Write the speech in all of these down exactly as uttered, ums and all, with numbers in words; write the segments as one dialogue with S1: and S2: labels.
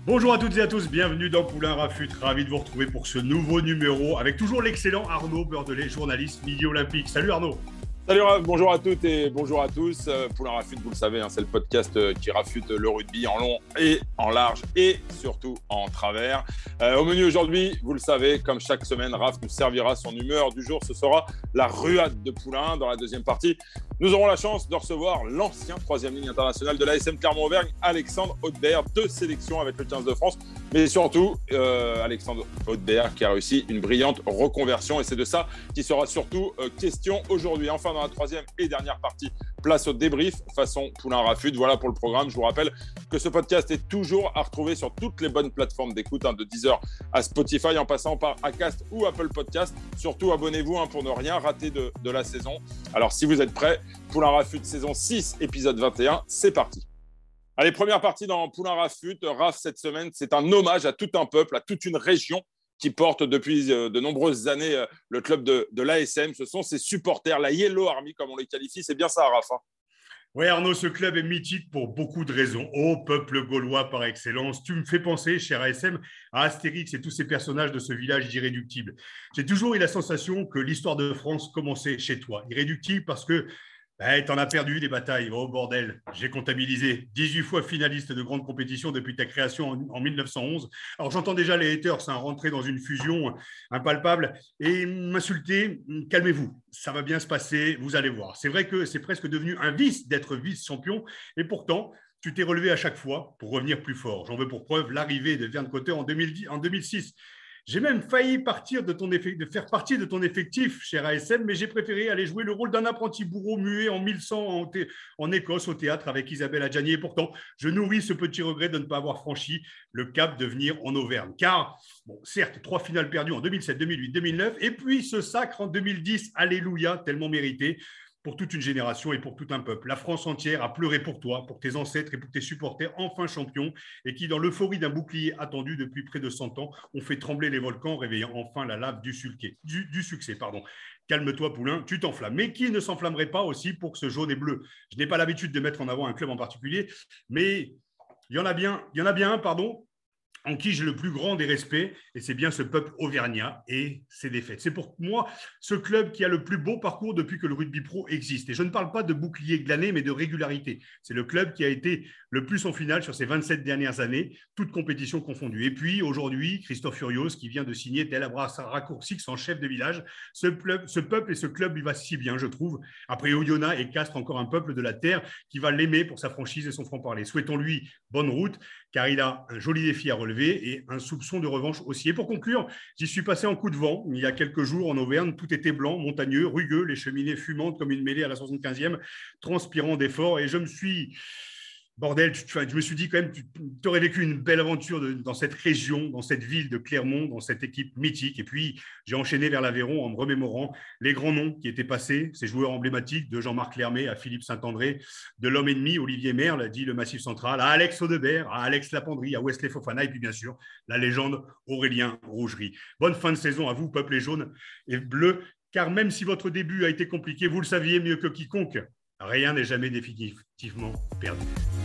S1: Bonjour à toutes et à tous, bienvenue dans Poulain Rafut, ravi de vous retrouver pour ce nouveau numéro avec toujours l'excellent Arnaud Beurdelet, journaliste Midi Olympique. Salut Arnaud.
S2: Salut Raph, bonjour à toutes et bonjour à tous. Euh, Poulain Rafut, vous le savez, hein, c'est le podcast euh, qui rafute le rugby en long et en large et surtout en travers. Euh, au menu aujourd'hui, vous le savez, comme chaque semaine, Raph nous servira son humeur du jour. Ce sera la ruade de Poulain. Dans la deuxième partie, nous aurons la chance de recevoir l'ancien troisième ligne international de l'A S M Clermont-Auvergne, Alexandre Haudebert, deux sélections avec le quinze de France. Mais surtout, euh, Alexandre Haudebert qui a réussi une brillante reconversion et c'est de ça qui sera surtout euh, question aujourd'hui. Enfin, dans la troisième et dernière partie, place au débrief façon Poulain Rafut. Voilà pour le programme. Je vous rappelle que ce podcast est toujours à retrouver sur toutes les bonnes plateformes d'écoute, hein, de Deezer à Spotify en passant par Acast ou Apple Podcast. Surtout, abonnez-vous hein, pour ne rien rater de, de la saison. Alors, si vous êtes prêts, Poulain Rafut saison six, épisode vingt et un, c'est parti. Allez, première partie dans Poulain Rafut. Raph, cette semaine, c'est un hommage à tout un peuple, à toute une région qui porte depuis de nombreuses années le club de, de l'A S M. Ce sont ses supporters, la Yellow Army, comme on les qualifie. C'est bien ça, Raph, hein.
S1: Oui, Arnaud, ce club est mythique pour beaucoup de raisons. Ô peuple gaulois par excellence, tu me fais penser, cher A S M, à Astérix et tous ces personnages de ce village irréductible. J'ai toujours eu la sensation que l'histoire de France commençait chez toi. Irréductible parce que ben, t'en as perdu des batailles. Oh bordel, j'ai comptabilisé dix-huit fois finaliste de grandes compétitions depuis ta création en, en mille neuf cent onze. Alors j'entends déjà les haters hein, rentrer dans une fusion impalpable et m'insulter. Calmez-vous, ça va bien se passer, vous allez voir. C'est vrai que c'est presque devenu un vice d'être vice-champion et pourtant, tu t'es relevé à chaque fois pour revenir plus fort. J'en veux pour preuve l'arrivée de Verne Cotter en, deux mille dix, en deux mille six. J'ai même failli partir de, ton effet, de faire partie de ton effectif, cher A S M, mais j'ai préféré aller jouer le rôle d'un apprenti bourreau muet en mille cent en, thé, en Écosse au théâtre avec Isabelle Adjani. Et pourtant, je nourris ce petit regret de ne pas avoir franchi le cap de venir en Auvergne. Car, bon, certes, trois finales perdues en deux mille sept, deux mille huit, deux mille neuf, et puis ce sacre en deux mille dix, alléluia, tellement mérité. Pour toute une génération et pour tout un peuple. La France entière a pleuré pour toi, pour tes ancêtres et pour tes supporters enfin champions et qui, dans l'euphorie d'un bouclier attendu depuis près de cent ans, ont fait trembler les volcans, réveillant enfin la lave du, sulquet, du, du succès. Pardon. Calme-toi, Poulain, tu t'enflammes. Mais qui ne s'enflammerait pas aussi pour ce jaune et bleu? Je n'ai pas l'habitude de mettre en avant un club en particulier, mais il y en a bien, il y en a bien un, pardon, en qui j'ai le plus grand des respects, et c'est bien ce peuple auvergnat et ses défaites. C'est pour moi ce club qui a le plus beau parcours depuis que le rugby pro existe. Et je ne parle pas de bouclier glané, mais de régularité. C'est le club qui a été le plus en finale sur ces vingt-sept dernières années, toutes compétitions confondues. Et puis aujourd'hui, Christophe Furios, qui vient de signer tel à bras raccourci en chef de village, ce, club, ce peuple et ce club lui va si bien, je trouve. Après Oyonnax et Castres, encore un peuple de la terre qui va l'aimer pour sa franchise et son franc-parler. Souhaitons-lui bonne route, car il a un joli défi à relever et un soupçon de revanche aussi. Et pour conclure, j'y suis passé en coup de vent. Il y a quelques jours en Auvergne, tout était blanc, montagneux, rugueux, les cheminées fumantes comme une mêlée à la soixante-quinzième, transpirant d'efforts. Et je me suis... Bordel, tu, tu, je me suis dit quand même, tu aurais vécu une belle aventure de, dans cette région, dans cette ville de Clermont, dans cette équipe mythique. Et puis, j'ai enchaîné vers l'Aveyron en me remémorant les grands noms qui étaient passés, ces joueurs emblématiques de Jean-Marc Lermé à Philippe Saint-André, de l'homme ennemi, Olivier Merle, dit le Massif Central, à Alex Haudebert, à Alex Lapendrie, à Wesley Fofana, et puis bien sûr, la légende Aurélien Rougerie. Bonne fin de saison à vous, peuple et jaune et bleu, car même si votre début a été compliqué, vous le saviez mieux que quiconque, rien n'est jamais définitivement perdu.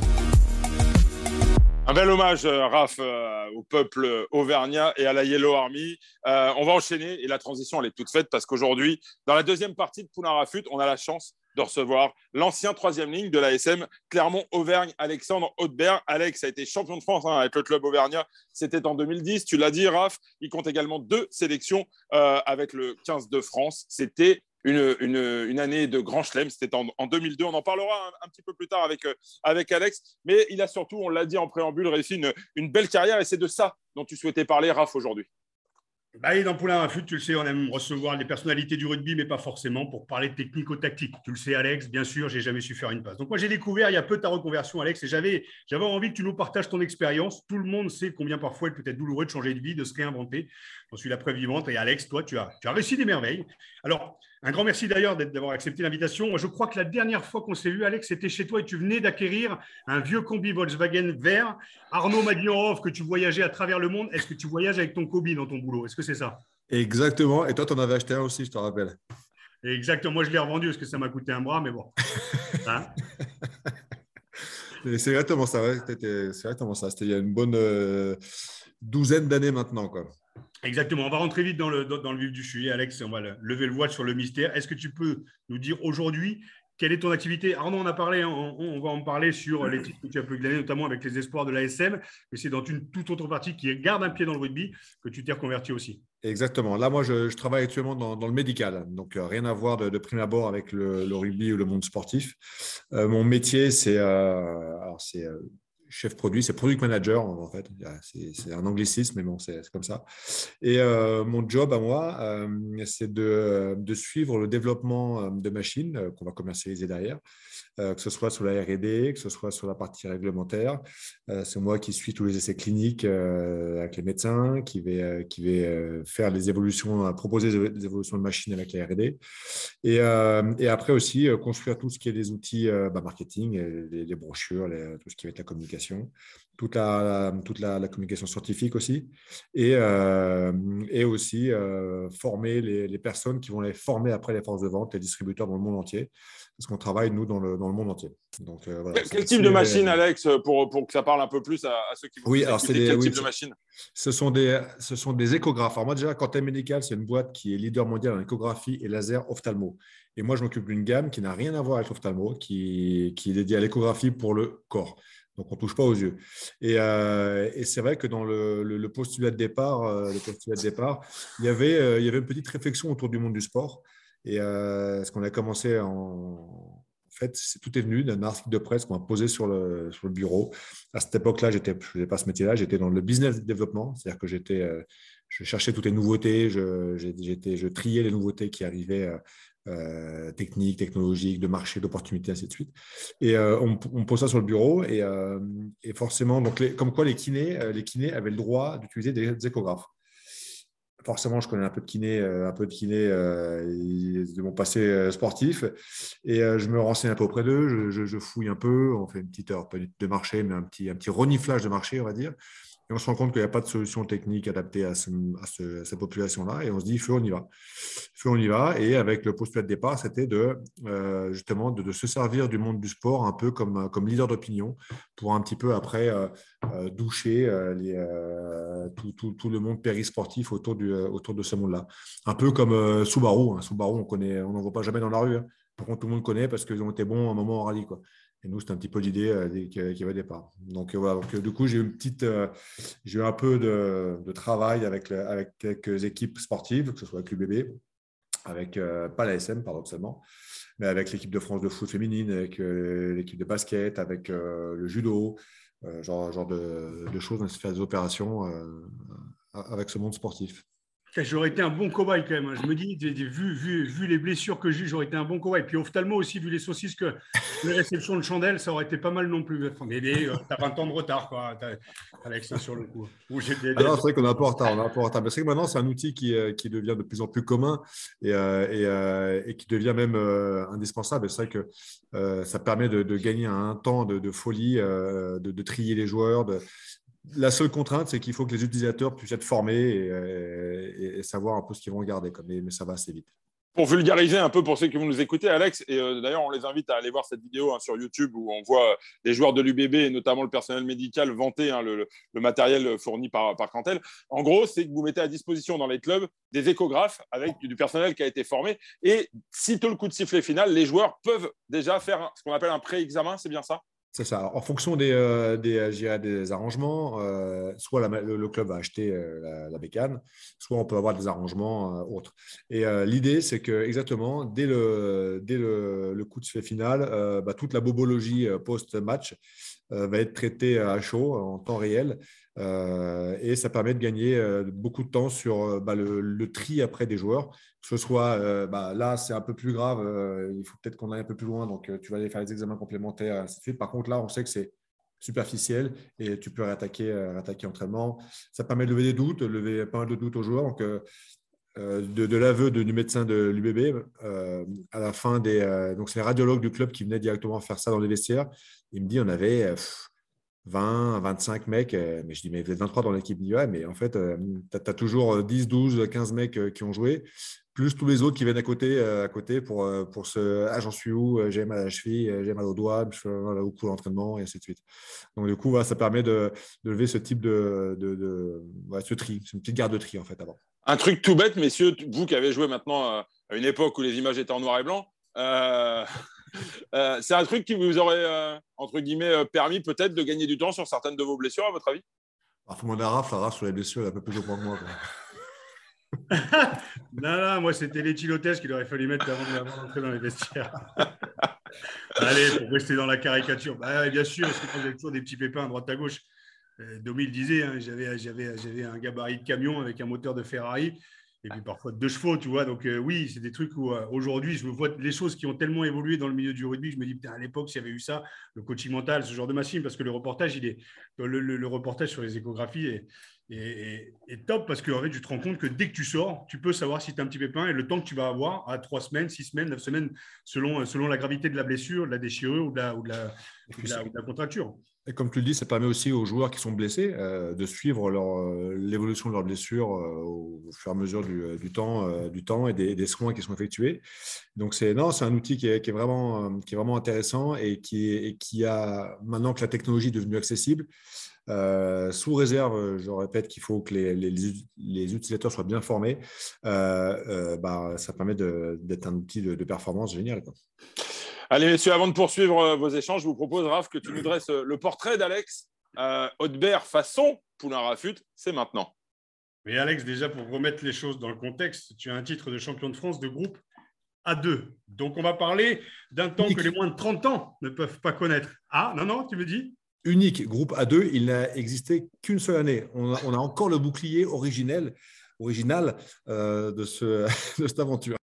S2: Un bel hommage, Raph, euh, au peuple auvergnat et à la Yellow Army. Euh, on va enchaîner et la transition, elle est toute faite parce qu'aujourd'hui, dans la deuxième partie de Poulain Rafut, on a la chance de recevoir l'ancien troisième ligne de l'A S M Clermont-Auvergne, Alexandre Haudebert. Alex a été champion de France hein, avec le club auvergnat. C'était en deux mille dix. Tu l'as dit, Raph. Il compte également deux sélections euh, avec le quinze de France. C'était Une, une, une année de grand chelem, c'était en, en deux mille deux, on en parlera un, un petit peu plus tard avec, euh, avec Alex, mais il a surtout, on l'a dit en préambule, réussi une, une belle carrière et c'est de ça dont tu souhaitais parler, Raph, aujourd'hui.
S1: Bah, et dans Poulain Rafut, tu le sais, on aime recevoir les personnalités du rugby, mais pas forcément pour parler de technico-tactique. Tu le sais, Alex, bien sûr, j'ai jamais su faire une passe. Donc moi, j'ai découvert il y a peu ta reconversion, Alex, et j'avais, j'avais envie que tu nous partages ton expérience. Tout le monde sait combien parfois il peut être douloureux de changer de vie, de se réinventer. J'en suis la preuve vivante. Et Alex, toi, tu as, tu as réussi des merveilles. Alors, un grand merci d'ailleurs d'avoir accepté l'invitation. Moi, je crois que la dernière fois qu'on s'est vu, Alex, c'était chez toi et tu venais d'acquérir un vieux combi Volkswagen vert. Arnaud m'a dit en off que tu voyageais à travers le monde. Est-ce que tu voyages avec ton combi dans ton boulot? Est-ce que c'est ça?
S3: Exactement. Et toi, tu en avais acheté un aussi, je te rappelle.
S1: Exactement. Moi, je l'ai revendu parce que ça m'a coûté un bras, mais bon. Hein?
S3: Et c'est exactement ça. Ouais. C'était- C'est exactement ça. C'était il y a une bonne euh, douzaine d'années maintenant, quoi.
S1: Exactement. On va rentrer vite dans le, dans, dans le vif du sujet, Alex. On va le- lever le voile sur le mystère. Est-ce que tu peux nous dire aujourd'hui quelle est ton activité? Arnaud, on a parlé, hein, on, on va en parler sur les titres que tu as pu gagner, notamment avec les espoirs de l'A S M, mais c'est dans une toute autre partie qui garde un pied dans le rugby que tu t'es reconverti aussi.
S3: Exactement. Là, moi, je, je travaille actuellement dans, dans le médical. Donc, euh, rien à voir de, de prime abord avec le, le rugby ou le monde sportif. Euh, mon métier, c'est euh, alors, c'est, euh, chef produit, c'est product manager, en fait. C'est c'est un anglicisme, mais bon, c'est c'est comme ça. Et euh, mon job à moi, euh, c'est de, de suivre le développement euh, de machines euh, qu'on va commercialiser derrière, euh, que ce soit sur la R et D, que ce soit sur la partie réglementaire. Euh, c'est moi qui suis tous les essais cliniques euh, avec les médecins, qui vais, euh, qui vais euh, faire les évolutions, euh, proposer des évolutions de machines avec la R et D. Et, euh, et après aussi, euh, construire tout ce qui est des outils euh, bah, marketing, euh, les, les brochures, les- tout ce qui va être la communication, toute la, toute la, la communication scientifique aussi. Et, euh, et aussi euh, former les, les personnes qui vont les former après les forces de vente, les distributeurs dans le monde entier. Parce qu'on travaille, nous, dans le, dans le monde entier. Donc, euh, voilà,
S2: Quel,
S3: c'est
S2: quel type
S3: assez,
S2: de
S3: euh,
S2: machine, Alex, pour, pour que ça parle un peu plus à, à ceux qui vont
S3: oui,
S2: nous
S3: alors c'est
S2: écouter?
S3: des,
S2: Quel
S3: oui,
S2: type de machine?
S3: ce sont des, ce sont des échographes. Alors moi déjà, Quantum Medical, c'est une boîte qui est leader mondial en échographie et laser ophtalmo. Et moi, je m'occupe d'une gamme qui n'a rien à voir avec l'ophtalmo, qui, qui est dédiée à l'échographie pour le corps. Donc, on ne touche pas aux yeux. Et, euh, et c'est vrai que dans le, le, le postulat de départ, euh, le postulat de départ, il y avait, euh, il y avait une petite réflexion autour du monde du sport. Et euh, ce qu'on a commencé en, en fait, c'est, tout est venu d'un article de presse qu'on a posé sur le, sur le bureau. À cette époque-là, j'étais, je ne faisais pas ce métier-là, j'étais dans le business développement, c'est-à-dire que j'étais, euh, je cherchais toutes les nouveautés, je, j'étais, je triais les nouveautés qui arrivaient, euh, euh, techniques, technologiques, de marché, d'opportunités, ainsi de suite. Et euh, on, on pose ça sur le bureau et, euh, et forcément, donc les, comme quoi les kinés, euh, les kinés avaient le droit d'utiliser des, des échographes. Forcément, je connais un peu de kiné, euh, un peu de kiné euh, de mon passé euh, sportif. Et euh, je me renseigne un peu auprès d'eux, je, je, je fouille un peu, on fait une petite heure, pas de marché, mais un petit, un petit reniflage de marché, on va dire. Et on se rend compte qu'il n'y a pas de solution technique adaptée à, ce, à, ce, à cette population-là. Et on se dit, feu, on y va. Feu, on y va. Et avec le postulat de départ, c'était de, euh, justement de, de se servir du monde du sport un peu comme, comme leader d'opinion pour un petit peu après euh, euh, doucher euh, les, euh, tout, tout, tout le monde périsportif autour, du, euh, autour de ce monde-là. Un peu comme euh, Subaru. Hein. Subaru, on connaît, on n'en voit pas jamais dans la rue. Hein. Par contre, tout le monde connaît parce qu'ils ont été bons à un moment en rallye, quoi. Et nous, c'est un petit peu l'idée euh, qui, qui avait au départ. Donc, euh, voilà. Donc, euh, du coup, j'ai eu une petite, euh, j'ai eu un peu de, de travail avec, le, avec quelques équipes sportives, que ce soit avec l'U B B, avec, euh, pas la S M, paradoxalement, mais avec l'équipe de France de foot féminine, avec euh, l'équipe de basket, avec euh, le judo, euh, genre, genre de, de choses, on se fait des opérations euh, avec ce monde sportif.
S1: J'aurais été un bon cobaye quand même. Hein. Je me dis, vu, vu, vu les blessures que j'ai, j'aurais été un bon cobaye. Puis ophtalmo aussi, vu les saucisses que les réceptions de chandelles, ça aurait été pas mal non plus. Enfin, mais euh, t'as vingt ans de retard, quoi, Alex, sur le coup. Où j'ai des, des...
S3: Alors, c'est vrai qu'on est un peu en retard. On est un peu en retard. Mais c'est que maintenant, c'est un outil qui, euh, qui devient de plus en plus commun et, euh, et, euh, et qui devient même euh, indispensable. Et c'est vrai que euh, ça permet de, de gagner un temps de, de folie, euh, de, de trier les joueurs, de, la seule contrainte, c'est qu'il faut que les utilisateurs puissent être formés et, et, et savoir un peu ce qu'ils vont regarder. Mais, mais ça va assez vite.
S2: Pour vulgariser un peu pour ceux qui vont nous écouter, Alex, et euh, d'ailleurs, on les invite à aller voir cette vidéo hein, sur YouTube où on voit les joueurs de l'U B B et notamment le personnel médical vanter hein, le, le matériel fourni par, par Cantel. En gros, c'est que vous mettez à disposition dans les clubs des échographes avec du personnel qui a été formé. Et sitôt le coup de sifflet final, les joueurs peuvent déjà faire un, ce qu'on appelle un pré-examen, c'est bien ça?
S3: C'est ça. Alors, en fonction des, euh, des, euh, des arrangements, euh, soit la, le, le club va acheter euh, la, la bécane, soit on peut avoir des arrangements euh, autres. Et euh, l'idée, c'est que exactement, dès le, dès le, le coup de sifflet final, euh, bah, toute la bobologie euh, post-match euh, va être traitée à chaud, en temps réel. Euh, et ça permet de gagner euh, beaucoup de temps sur euh, bah, le, le tri après des joueurs. Que ce soit, euh, bah, là, c'est un peu plus grave, euh, il faut peut-être qu'on aille un peu plus loin, donc euh, tu vas aller faire les examens complémentaires, ainsi de suite. Par contre, là, on sait que c'est superficiel et tu peux réattaquer, euh, réattaquer entraînement. Ça permet de lever des doutes, lever pas mal de doutes aux joueurs. Donc, euh, euh, de, de l'aveu de, du médecin de l'U B B, euh, à la fin des. Euh, donc, c'est les radiologues du club qui venaient directement faire ça dans les vestiaires. Il me dit on avait. Euh, vingt, vingt-cinq mecs, euh, mais je dis, mais vous êtes vingt-trois dans l'équipe. Il dit, ouais, mais en fait, euh, tu as toujours dix, douze, quinze mecs euh, qui ont joué. plus tous les autres qui viennent à côté, euh, à côté pour, euh, pour se ah, j'en suis où, euh, j'ai mal à la cheville, euh, j'ai mal au doigt, je fais voilà, au coup l'entraînement, et ainsi de suite. Donc, du coup, voilà, ça permet de, de lever ce type de, de, de ouais, ce tri. C'est une petite garde de tri, en fait, avant.
S2: Un truc tout bête, messieurs, vous qui avez joué maintenant euh, à une époque où les images étaient en noir et blanc, euh, euh, c'est un truc qui vous aurait, euh, entre guillemets, euh, permis peut-être de gagner du temps sur certaines de vos blessures, à votre avis?
S3: Alors, faut demander à Raph, la Raph sur les blessures, elle a un peu plus au point que moi, quoi.
S1: Non, non, moi, c'était l'éthylotest qu'il aurait fallu mettre avant, avant d'entrer dans les vestiaires. Allez, pour rester dans la caricature. Bah, bien sûr, parce que moi, j'avais toujours des petits pépins à droite à gauche. Euh, Domi le disait, hein, j'avais, j'avais, j'avais un gabarit de camion avec un moteur de Ferrari et puis parfois deux chevaux, tu vois. Donc, euh, oui, c'est des trucs où euh, aujourd'hui, je me vois les choses qui ont tellement évolué dans le milieu du rugby. Je me dis, putain, à l'époque, s'il y avait eu ça, le coaching mental, ce genre de machine, parce que le reportage, il est, le, le, le reportage sur les échographies est, est, est, est top parce que en fait, tu te rends compte que dès que tu sors, tu peux savoir si tu as un petit pépin et le temps que tu vas avoir à trois semaines, six semaines, neuf semaines, selon, selon la gravité de la blessure, de la déchirure ou de la, ou de la, ou de la, ou de la contracture.
S3: Et comme tu le dis, ça permet aussi aux joueurs qui sont blessés euh, de suivre leur, euh, l'évolution de leurs blessures euh, au fur et à mesure du, du, temps, euh, du temps et des, des soins qui sont effectués. Donc, c'est, non, c'est un outil qui est, qui est, vraiment, euh, qui est vraiment intéressant et qui, est, et qui a, maintenant que la technologie est devenue accessible, euh, sous réserve, je répète qu'il faut que les, les, les utilisateurs soient bien formés, euh, euh, bah, ça permet de, d'être un outil de, de performance génial, quoi.
S2: Allez, messieurs, avant de poursuivre vos échanges, je vous propose, Raph, que tu nous dresses le portrait d'Alex euh, Hautebert façon Poulain Rafut. C'est maintenant.
S1: Mais Alex, déjà pour remettre les choses dans le contexte, tu as un titre de champion de France de groupe A deux. Donc, on va parler d'un temps
S3: Unique.
S1: que les moins de trente ans ne peuvent pas connaître. Ah, non, non, tu me dis?
S3: Unique, groupe A deux, il n'a existé qu'une seule année. On a, on a encore le bouclier originel, original euh, de, ce, de cette aventure.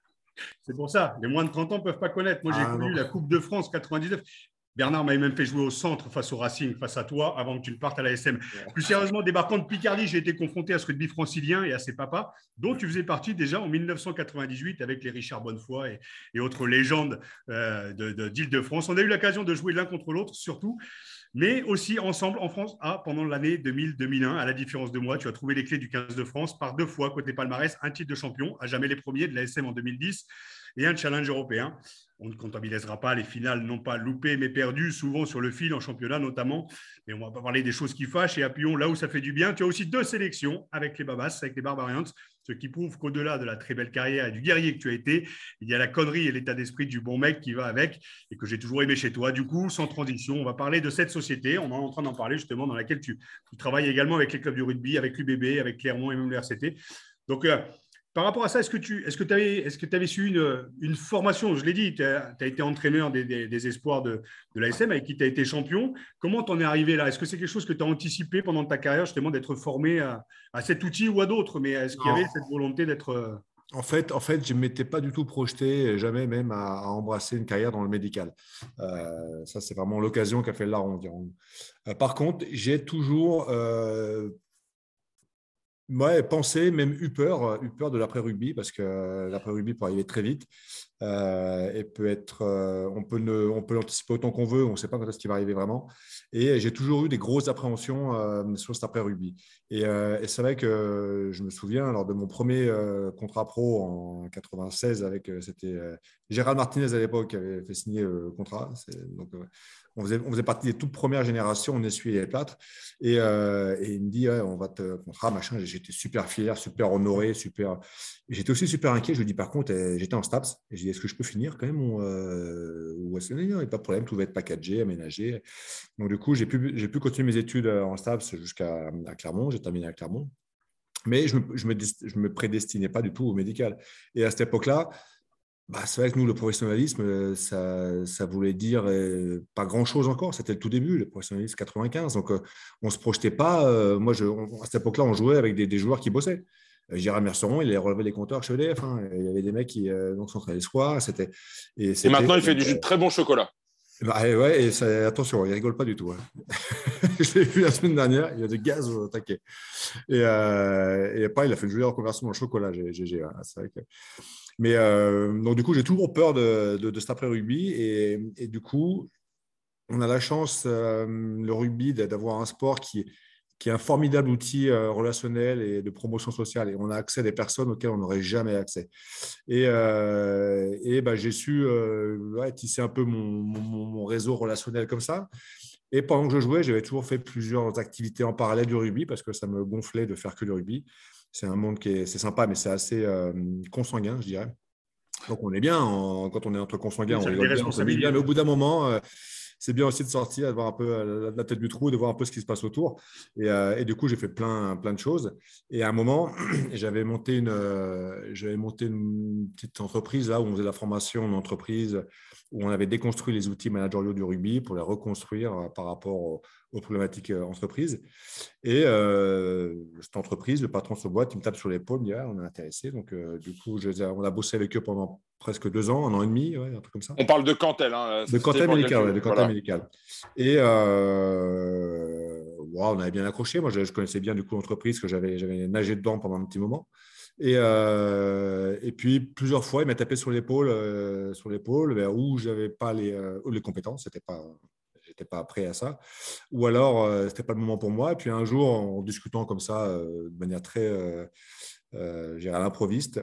S1: C'est pour ça, les moins de trente ans ne peuvent pas connaître. Moi, j'ai
S3: Ah,
S1: connu
S3: non.
S1: la Coupe de France quatre-vingt-dix-neuf. Bernard m'avait même fait jouer au centre face au Racing, face à toi, avant que tu ne partes à la S M. Plus sérieusement, débarquant de Picardie, j'ai été confronté à ce rugby francilien et à ses papas, dont tu faisais partie déjà en mille neuf cent quatre-vingt-dix-huit avec les Richard Bonnefoy et, et autres légendes euh, de, de, d'Île-de-France. On a eu l'occasion de jouer l'un contre l'autre, surtout, mais aussi ensemble en France ah, pendant l'année deux mille deux mille un. À la différence de moi, tu as trouvé les clés du quinze de France par deux fois, côté palmarès, un titre de champion, à jamais les premiers de la S M en deux mille dix et un challenge européen. On ne comptabilisera pas les finales, non pas loupées, mais perdues, souvent sur le fil, en championnat notamment. Mais on va pas parler des choses qui fâchent et appuyons là où ça fait du bien. Tu as aussi deux sélections avec les Babas, avec les Barbarians, ce qui prouve qu'au-delà de la très belle carrière et du guerrier que tu as été, il y a la connerie et l'état d'esprit du bon mec qui va avec et que j'ai toujours aimé chez toi. Du coup, sans transition, on va parler de cette société. On est en train d'en parler justement, dans laquelle tu, tu travailles également avec les clubs du rugby, avec l'U B B, avec Clermont et même l'U R C T. Donc, euh, par rapport à ça, est-ce que tu est-ce que tu avais, est-ce que tu avais su une, une formation? Je l'ai dit, tu as, tu as été entraîneur des, des, des espoirs de, de l'A S M avec qui tu as été champion. Comment tu en es arrivé là? Est-ce que c'est quelque chose que tu as anticipé pendant ta carrière, justement, d'être formé à, à cet outil ou à d'autres? Mais est-ce qu'il y avait cette volonté d'être…
S3: En fait, en fait, je ne m'étais pas du tout projeté, jamais même à, à embrasser une carrière dans le médical. Euh, ça, c'est vraiment l'occasion qu'a fait le larron, dirons-nous. Euh, par contre, j'ai toujours… Euh, Ouais, pensé, même eu peur, eu peur de l'après-rugby parce que l'après-rugby peut arriver très vite euh, et peut être, euh, on peut ne, on peut l'anticiper autant qu'on veut, on ne sait pas quand est-ce qui va arriver vraiment. Et j'ai toujours eu des grosses appréhensions euh, sur cet après-rugby. Et, euh, et c'est vrai que je me souviens lors de mon premier euh, contrat pro en quatre-vingt-seize avec, euh, c'était euh, Gérald Martinez à l'époque qui avait fait signer le contrat. C'est, donc, euh, on faisait, on faisait partie des toutes premières générations, on essuyait les plâtres. Et, euh, et il me dit, ouais, on va te contrat, machin. J'étais super fier, super honoré, super. Et j'étais aussi super inquiet. Je lui dis, par contre, j'étais en STAPS. Et je dis, est-ce que je peux finir quand même ou, euh, ou est-ce que non, il n'y a pas de problème, tout va être packagé, aménagé. Donc, du coup, j'ai pu, j'ai pu continuer mes études en STAPS jusqu'à à Clermont. J'ai terminé à Clermont. Mais je ne me, je me, je me prédestinais pas du tout au médical. Et à cette époque-là, bah, c'est vrai que nous, le professionnalisme, ça, ça voulait dire euh, pas grand-chose encore. C'était le tout début, le professionnalisme quatre-vingt-quinze. Donc, euh, on ne se projetait pas. Euh, moi, je, on, à cette époque-là, on jouait avec des, des joueurs qui bossaient. Euh, Gérard Merceron, il relevait les compteurs chez E D F. Hein. Il y avait des mecs qui euh, donc, s'entraînaient le soir. C'était, et,
S2: Et maintenant, il fait
S3: euh,
S2: du jus de très bon chocolat.
S3: Bah, ouais, et ça, attention, il ne rigole pas du tout. Hein. Je l'ai vu la semaine dernière, il y a du gaz au taquet. Et, euh, et après, il a fait une jolie reconversion dans le chocolat, G G. Hein. C'est vrai que… Mais euh, donc, du coup, j'ai toujours peur de, de, de cet après-rugby. Et, et du coup, on a la chance, euh, le rugby, d'avoir un sport qui est qui est un formidable outil euh, relationnel et de promotion sociale. Et on a accès à des personnes auxquelles on n'aurait jamais accès. Et, euh, et ben, j'ai su euh, ouais, tisser un peu mon, mon, mon réseau relationnel comme ça. Et pendant que je jouais, j'avais toujours fait plusieurs activités en parallèle du rugby parce que ça me gonflait de faire que du rugby. C'est un monde qui est c'est sympa, mais c'est assez euh, consanguin, je dirais. Donc, on est bien, en, quand on est entre consanguins, on
S1: Ça a des
S3: rigole bien, on s'amuse bien,
S1: responsabilités.
S3: mais au bout d'un moment, euh, c'est bien aussi de sortir, de voir un peu euh, la tête du trou, de voir un peu ce qui se passe autour. Et, euh, et du coup, j'ai fait plein, plein de choses. Et à un moment, j'avais monté une, euh, j'avais monté une petite entreprise là où on faisait la formation en entreprise, où on avait déconstruit les outils managériaux du rugby pour les reconstruire euh, par rapport aux, aux problématiques euh, entreprises. Et euh, cette entreprise, le patron de ce boîte, il me tape sur l'épaule, il me dit ah, on est intéressé. Donc, euh, du coup, je, on a bossé avec eux pendant presque deux ans, un an et demi, ouais, un truc comme ça.
S2: On parle de Cantel, hein, la
S3: De
S2: société
S3: Cantel
S2: pour laquelle
S3: Médical,
S2: tu
S3: ouais,
S2: joues.
S3: de Cantel
S2: Voilà.
S3: Médical. Et euh, wow, on avait bien accroché. Moi, je, je connaissais bien du coup l'entreprise, que j'avais, j'avais nagé dedans pendant un petit moment. Et, euh, et puis, plusieurs fois, il m'a tapé sur l'épaule, euh, sur l'épaule vers où je n'avais pas les, euh, les compétences. C'était pas, j'étais pas prêt à ça. Ou alors, euh, ce n'était pas le moment pour moi. Et puis, un jour, en discutant comme ça, euh, de manière très euh, euh, à l'improviste,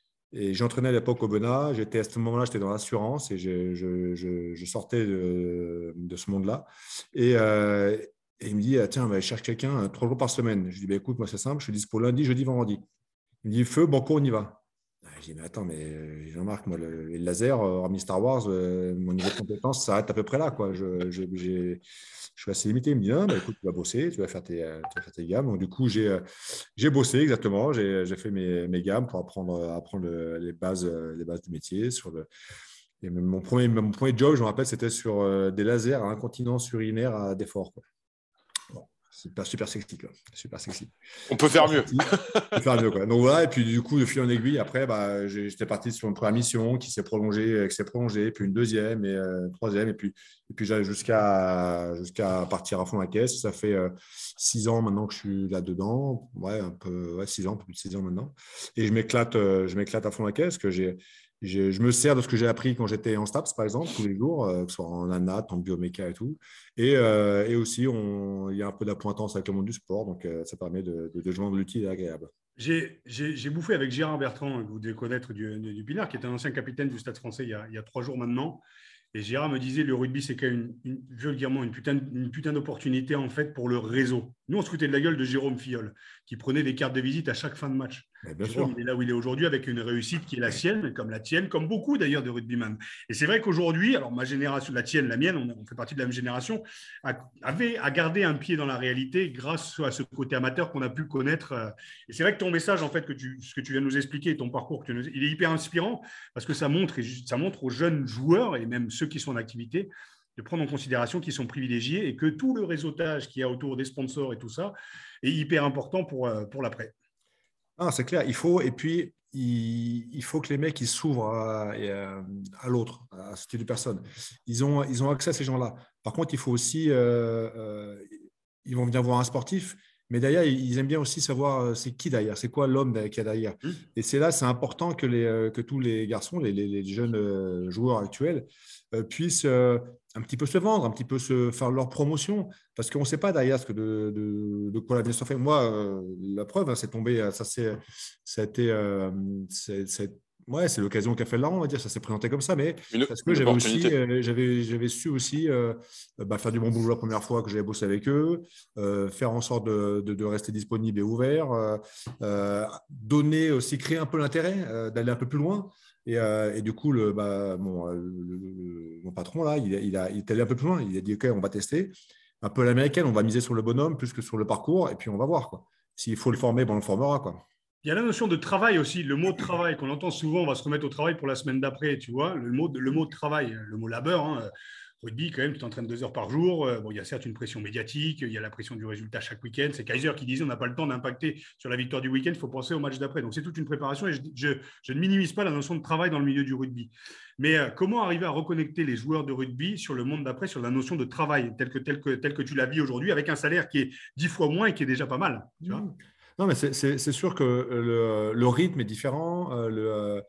S3: et j'entraînais à l'époque au Benat. J'étais, à ce moment-là, j'étais dans l'assurance et je, je, je, je sortais de, de ce monde-là. Et, euh, et il me dit, ah, tiens, bah, je cherche quelqu'un euh, trois jours par semaine. Je lui dis, bah, écoute, moi, c'est simple, je suis dispo lundi, jeudi, vendredi. Il me dit, feu, banco, on y va. Ah, je dis, mais attends, mais Jean-Marc, moi, le, les lasers, euh, hormis Star Wars, euh, mon niveau de compétence s'arrête à peu près là, quoi. Je, je, j'ai, je suis assez limité. Il me dit, non, bah, écoute, tu vas bosser, tu vas faire tes, tu vas faire tes gammes. Donc, du coup, j'ai, euh, j'ai bossé exactement. J'ai, j'ai fait mes, mes gammes pour apprendre, apprendre le- les bases, euh, les bases du métier. Sur le, et mon, premier, mon premier job, je me rappelle, c'était sur euh, des lasers à incontinence urinaire à Défort, quoi. Bon, super, super sexy, quoi. Super sexy.
S2: On peut
S3: Super
S2: faire mieux.
S3: sexy. On peut faire mieux, quoi. Donc voilà, et puis du coup, de fil en aiguille, après, bah, j'ai- j'étais parti sur une première mission qui s'est prolongée, euh, qui s'est prolongée, puis une deuxième et euh, une troisième, et puis, et puis j'allais jusqu'à jusqu'à partir à fond la caisse. Ça fait euh, six ans maintenant que je suis là-dedans. Ouais, un peu, ouais, six ans, un peu plus de six ans maintenant. Et je m'éclate, euh, je m'éclate à fond la caisse, que j'ai. Je, je me sers de ce que j'ai appris quand j'étais en STAPS, par exemple, tous les jours, euh, que ce soit en ANAT, en bioméca et tout. Et, euh, et aussi, on, il y a un peu d'appointance avec le monde du sport, donc euh, ça permet de, de, de joindre l'utile et l'agréable.
S1: J'ai, j'ai, j'ai bouffé avec Gérard Bertrand, que vous devez connaître du, du Pinard, qui est un ancien capitaine du Stade français il y a, il y a trois jours maintenant. Et Gérard me disait, le rugby, c'est quand même une, une, vulgairement une putain, une putain d'opportunité en fait pour le réseau. Nous, on se foutait de la gueule de Jérôme Filleul, qui prenait des cartes de visite à chaque fin de match.
S3: Mais bien
S1: Jérôme,
S3: sûr.
S1: il est là où il est aujourd'hui avec une réussite qui est la sienne, comme la tienne, comme beaucoup d'ailleurs de rugbyman. Et c'est vrai qu'aujourd'hui, alors ma génération, la tienne, la mienne, on, on fait partie de la même génération, a, avait à garder un pied dans la réalité grâce à ce côté amateur qu'on a pu connaître. Et c'est vrai que ton message, en fait, que tu, ce que tu viens de nous expliquer, ton parcours, que tu nous, il est hyper inspirant parce que ça montre, ça montre aux jeunes joueurs et même ceux qui sont en activité de prendre en considération qu'ils sont privilégiés et que tout le réseautage qu'il y a autour des sponsors et tout ça est hyper important pour, pour l'après.
S3: Ah, c'est clair, il faut, et puis il, il faut que les mecs ils s'ouvrent à, à, à l'autre, à ce type de personnes. Ils ont, ils ont accès à ces gens-là. Par contre, il faut aussi, euh, euh, ils vont venir voir un sportif, mais derrière, ils aiment bien aussi savoir euh, c'est qui derrière, c'est quoi l'homme qu'il y a derrière.
S1: Mmh.
S3: Et c'est là, c'est important que, les, que tous les garçons, les, les, les jeunes joueurs actuels, euh, puissent euh, un petit peu se vendre, un petit peu se faire leur promotion, parce qu'on ne sait pas derrière ce que de, de, de quoi l'avenir se fait. Moi, euh, la preuve, hein, c'est tombé, ça, c'est, ça a été, euh, c'est, c'est, ouais, c'est l'occasion qu'a fait le larron, on va dire, ça s'est présenté comme ça, mais
S2: Une,
S3: parce que
S2: une
S3: j'avais aussi, euh, j'avais, j'avais su aussi euh, bah, faire du bon boulot la première fois que j'avais bossé avec eux, euh, faire en sorte de, de, de rester disponible et ouvert, euh, euh, donner aussi, créer un peu l'intérêt euh, d'aller un peu plus loin. Et, euh, et du coup, le, bah, mon, le, le, mon patron, là, il, il, a, il est allé un peu plus loin. Il a dit, OK, on va tester. Un peu à l'américaine, on va miser sur le bonhomme plus que sur le parcours, et puis on va voir, quoi. S'il faut le former, ben on le formera, quoi.
S1: Il y a la notion de travail aussi, le mot de travail qu'on entend souvent, on va se remettre au travail pour la semaine d'après, tu vois, le mot de, le mot de travail, le mot labeur, hein. Rugby, quand même, tu t'entraînes deux heures par jour. Bon, il y a certes une pression médiatique, il y a la pression du résultat chaque week-end. C'est Kaiser qui disait on n'a pas le temps d'impacter sur la victoire du week-end, il faut penser au match d'après. Donc, c'est toute une préparation et je, je, je ne minimise pas la notion de travail dans le milieu du rugby. Mais euh, comment arriver à reconnecter les joueurs de rugby sur le monde d'après, sur la notion de travail, tel que, tel que, tel que tu la vis aujourd'hui, avec un salaire qui est dix fois moins et qui est déjà pas mal, tu vois ?
S3: Non, mais c'est, c'est, c'est sûr que le, le rythme est différent. Euh, le,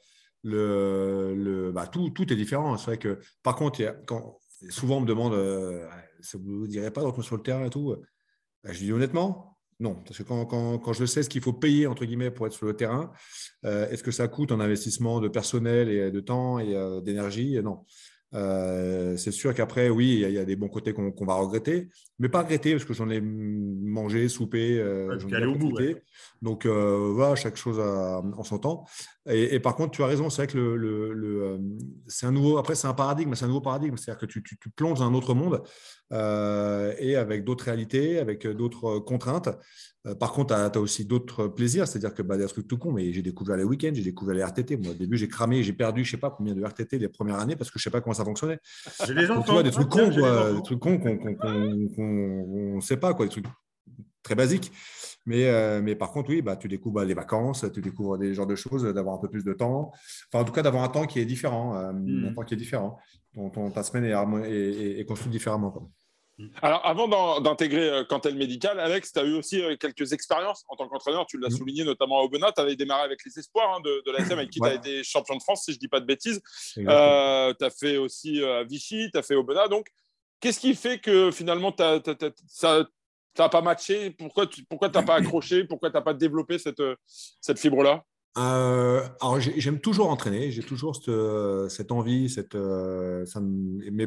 S3: le, le, bah, tout, tout est différent. C'est vrai que, par contre, il y a, quand, souvent on me demande, euh, vous ne direz pas d'entrer sur le terrain et tout. Je dis honnêtement, Non, parce que quand, quand, quand je sais ce qu'il faut payer, entre guillemets, pour être sur le terrain, euh, est-ce que ça coûte en investissement de personnel et de temps et euh, d'énergie? Non. Euh, c'est sûr qu'après, oui, il y, a- il y a des bons côtés qu'on qu'on va regretter, mais pas regretter parce que j'en ai mangé, soupé, euh,
S1: Ouais,
S3: j'en ai
S1: tu es allé
S3: bien
S1: au bout, ouais.
S3: profité. Donc, euh, voilà, chaque chose a- en son temps. Et, et par contre, tu as raison, c'est vrai que le, le- le, euh, c'est un nouveau, après, c'est un paradigme, c'est un nouveau paradigme. C'est-à-dire que tu, tu, tu plonges dans un autre monde euh, et avec d'autres réalités, avec d'autres contraintes. Euh, par contre, tu as, aussi d'autres plaisirs, c'est-à-dire que bah, des trucs tout con, mais j'ai découvert les week-ends, j'ai découvert les R T T. Moi, au début, j'ai cramé, j'ai perdu, je sais pas combien de R T T les premières années parce que je sais pas comment ça fonctionnait.
S1: J'ai des
S3: Donc, tu vois,
S1: enfants.
S3: des
S1: Ah,
S3: trucs
S1: tiens,
S3: cons,
S1: j'ai des
S3: quoi, des
S1: enfants.
S3: trucs cons qu'on qu'on qu'on- qu'on- on sait pas, quoi, des trucs très basiques. Mais, euh, mais par contre, oui, bah, tu découvres bah, les vacances, tu découvres des genres de choses, d'avoir un peu plus de temps. Enfin, en tout cas, d'avoir un temps qui est différent, euh, un temps
S1: Mhm.
S3: qui est différent. Ton, ton- ta semaine est, harmo- est, est- est construite différemment, quoi.
S2: Alors, avant d'en- d'intégrer euh, Cantel Médical, Alex, tu as eu aussi euh, quelques expériences en tant qu'entraîneur. Tu l'as
S3: Mhm.
S2: souligné notamment à Aubenas. Tu avais démarré avec les espoirs hein, de, de l'A S M avec qui tu
S3: Ouais,
S2: as été champion de France, si je ne dis pas de bêtises.
S3: exactement.
S2: Euh, tu as fait aussi euh, à Vichy, tu as fait Aubenas. Donc, qu'est-ce qui fait que finalement t'as, t'as, t'as, ça n'a pas matché? Pourquoi tu n'as pas accroché? Pourquoi tu n'as pas développé cette, cette fibre-là?
S3: Euh, alors, j'ai- j'aime toujours entraîner, j'ai toujours cette, euh, cette envie, cette, euh, ça me- mais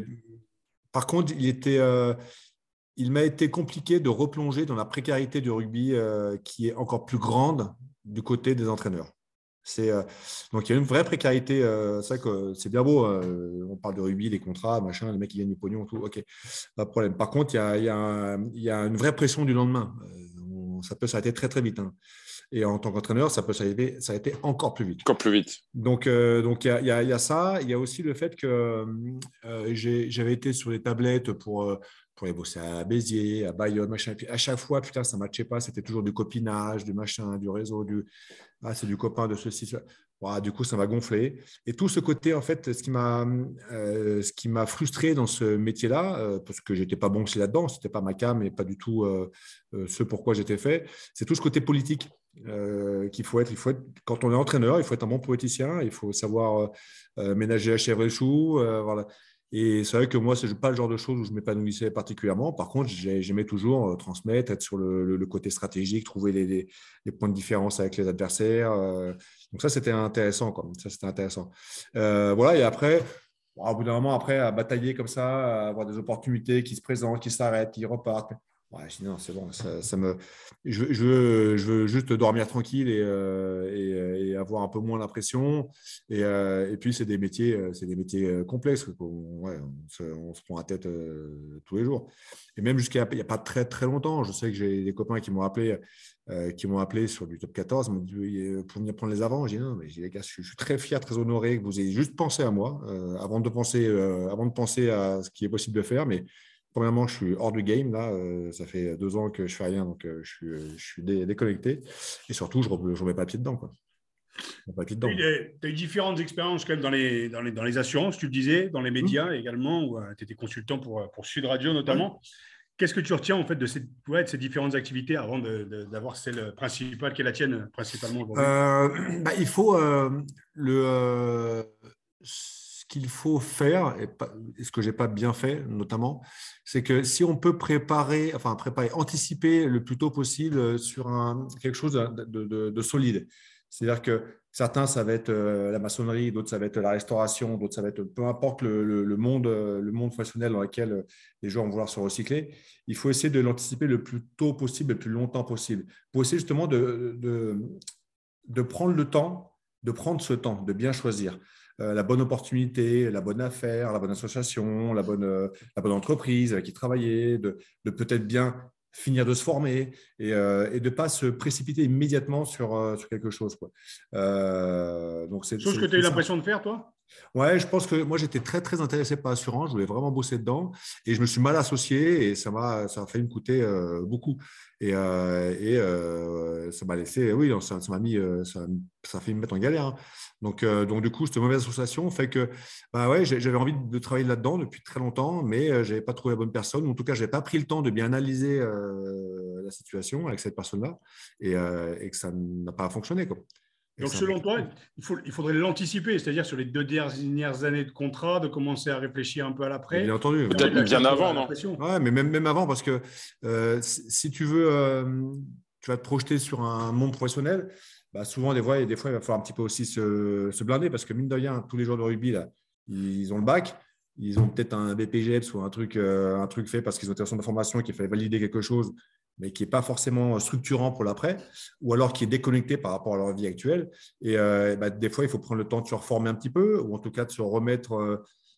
S3: par contre, il était, euh, il m'a été compliqué de replonger dans la précarité du rugby euh, qui est encore plus grande du côté des entraîneurs. C'est, euh, donc, il y a une vraie précarité. Euh, c'est vrai que c'est bien beau. Euh, on parle de rugby, les contrats, machin, les mecs qui gagnent du pognon, tout. OK, pas de problème. Par contre, il y a, il y a un- il y a une vraie pression du lendemain. Euh, on- ça peut s'arrêter très, très vite, hein. Et en tant qu'entraîneur, ça peut s'arrêter, ça a été encore plus vite.
S2: Encore plus vite.
S3: Donc, euh, donc il y a, il y a- il y a ça. Il y a aussi le fait que euh, j'ai- j'avais été sur les tablettes pour, euh, pour aller bosser à Béziers, à Bayonne, machin. Et puis à chaque fois, putain, ça ne matchait pas. C'était toujours du copinage, du machin, du réseau, du ah, c'est du copain de ceci. Cela. Voilà, du coup, ça m'a gonflé. Et tout ce côté, en fait, ce qui m'a euh, ce qui m'a frustré dans ce métier-là, euh, parce que j'étais pas bon aussi là-dedans, c'était pas ma cam et pas du tout euh, euh, ce pourquoi j'étais fait, c'est tout ce côté politique euh, qu'il faut être. Il faut être. Quand on est entraîneur, il faut être un bon politicien, il faut savoir euh, ménager la chèvre et le chou. Euh, voilà. Et c'est vrai que moi, ce n'est pas le genre de choses où je m'épanouissais particulièrement. Par contre, j'aimais toujours euh, transmettre, être sur le, le, le côté stratégique, trouver les, les, les, points de différence avec les adversaires. Euh, donc ça, c'était intéressant. Quoi. Ça, c'était intéressant. Euh, voilà. Et après, bon, au bout d'un moment, après, à batailler comme ça, à avoir des opportunités qui se présentent, qui s'arrêtent, qui repartent. Ouais, je dis non, c'est bon. Ça, ça me... je, je, veux, je veux juste dormir tranquille et, euh, et, et avoir un peu moins l'impression. Et, euh, et puis, c'est des métiers, c'est des métiers complexes. On, ouais, on, se, on se prend la tête euh, tous les jours. Et même jusqu'à il n'y a pas très, très longtemps, je sais que j'ai des copains qui m'ont appelé, euh, qui m'ont appelé sur du top quatorze m'ont dit, pour venir prendre les avants. J'ai dit non, mais j'ai dit, les gars, je suis, je suis très fier, très honoré que vous ayez juste pensé à moi euh, avant, de penser, euh, avant de penser à ce qui est possible de faire. Mais premièrement, je suis hors du game. Là, euh, ça fait deux ans que je fais rien, donc euh, je suis, je suis dé déconnecté. Et surtout, je ne remets pas pied dedans, quoi.
S1: Tu as eu différentes expériences quand même dans les, dans, les, dans les assurances, tu le disais, dans les médias mmh. également, où euh, tu étais consultant pour, pour Sud Radio notamment. Ouais. Qu'est-ce que tu retiens en fait de ces, ouais, de ces différentes activités avant d'avoir celle principale qui est la tienne principalement aujourd'hui?
S3: euh, bah, Il faut euh, le, euh, ce qu'il faut faire, et, pas, et ce que je n'ai pas bien fait notamment, c'est que si on peut préparer, enfin préparer, anticiper le plus tôt possible sur un, quelque chose de, de, de, de solide. C'est-à-dire que certains, ça va être la maçonnerie, d'autres, ça va être la restauration, d'autres, ça va être peu importe le, le, le, monde, le monde professionnel dans lequel les gens vont vouloir se recycler. Il faut essayer de l'anticiper le plus tôt possible, le plus longtemps possible, pour essayer justement de, de, de prendre le temps, de prendre ce temps, de bien choisir euh, la bonne opportunité, la bonne affaire, la bonne association, la bonne, euh, la bonne entreprise avec qui travailler, de, de peut-être bien finir de se former et, euh, et de ne pas se précipiter immédiatement sur, euh, sur quelque chose, quoi. Euh, donc c'est,
S1: Chose
S3: c'est,
S1: que tu as eu l'impression de faire, toi?
S3: Ouais, je pense que moi, j'étais très, très intéressé par l'assurance. Je voulais vraiment bosser dedans et je me suis mal associé et ça m'a, ça a failli me coûter euh, beaucoup. Et, euh, et euh, ça m'a laissé, oui, ça, ça m'a mis, ça, ça a fait me mettre en galère, hein. Donc, euh, donc, du coup, cette mauvaise association fait que bah ouais, j'avais envie de travailler là-dedans depuis très longtemps, mais je n'avais pas trouvé la bonne personne. En tout cas, je n'avais pas pris le temps de bien analyser euh, la situation avec cette personne-là et, euh, et que ça n'a pas fonctionné, quoi.
S1: Donc, selon toi, il, faut, il faudrait l'anticiper, c'est-à-dire sur les deux dernières années de contrat, de commencer à réfléchir un peu à l'après.
S3: Bien entendu.
S2: Bien, bien avant, non?
S3: Ouais, mais même, même avant, parce que euh, si tu veux, euh, tu vas te projeter sur un monde professionnel, bah, souvent, des fois, des fois, il va falloir un petit peu aussi se, se blinder parce que mine de rien, tous les joueurs de rugby, là, ils ont le bac. Ils ont peut-être un B P G E P S ou un truc, euh, un truc fait parce qu'ils ont été en centre de formation et qu'il fallait valider quelque chose, mais qui n'est pas forcément structurant pour l'après, ou alors qui est déconnecté par rapport à leur vie actuelle. Et euh, bah, des fois, il faut prendre le temps de se reformer un petit peu, ou en tout cas de se remettre, euh,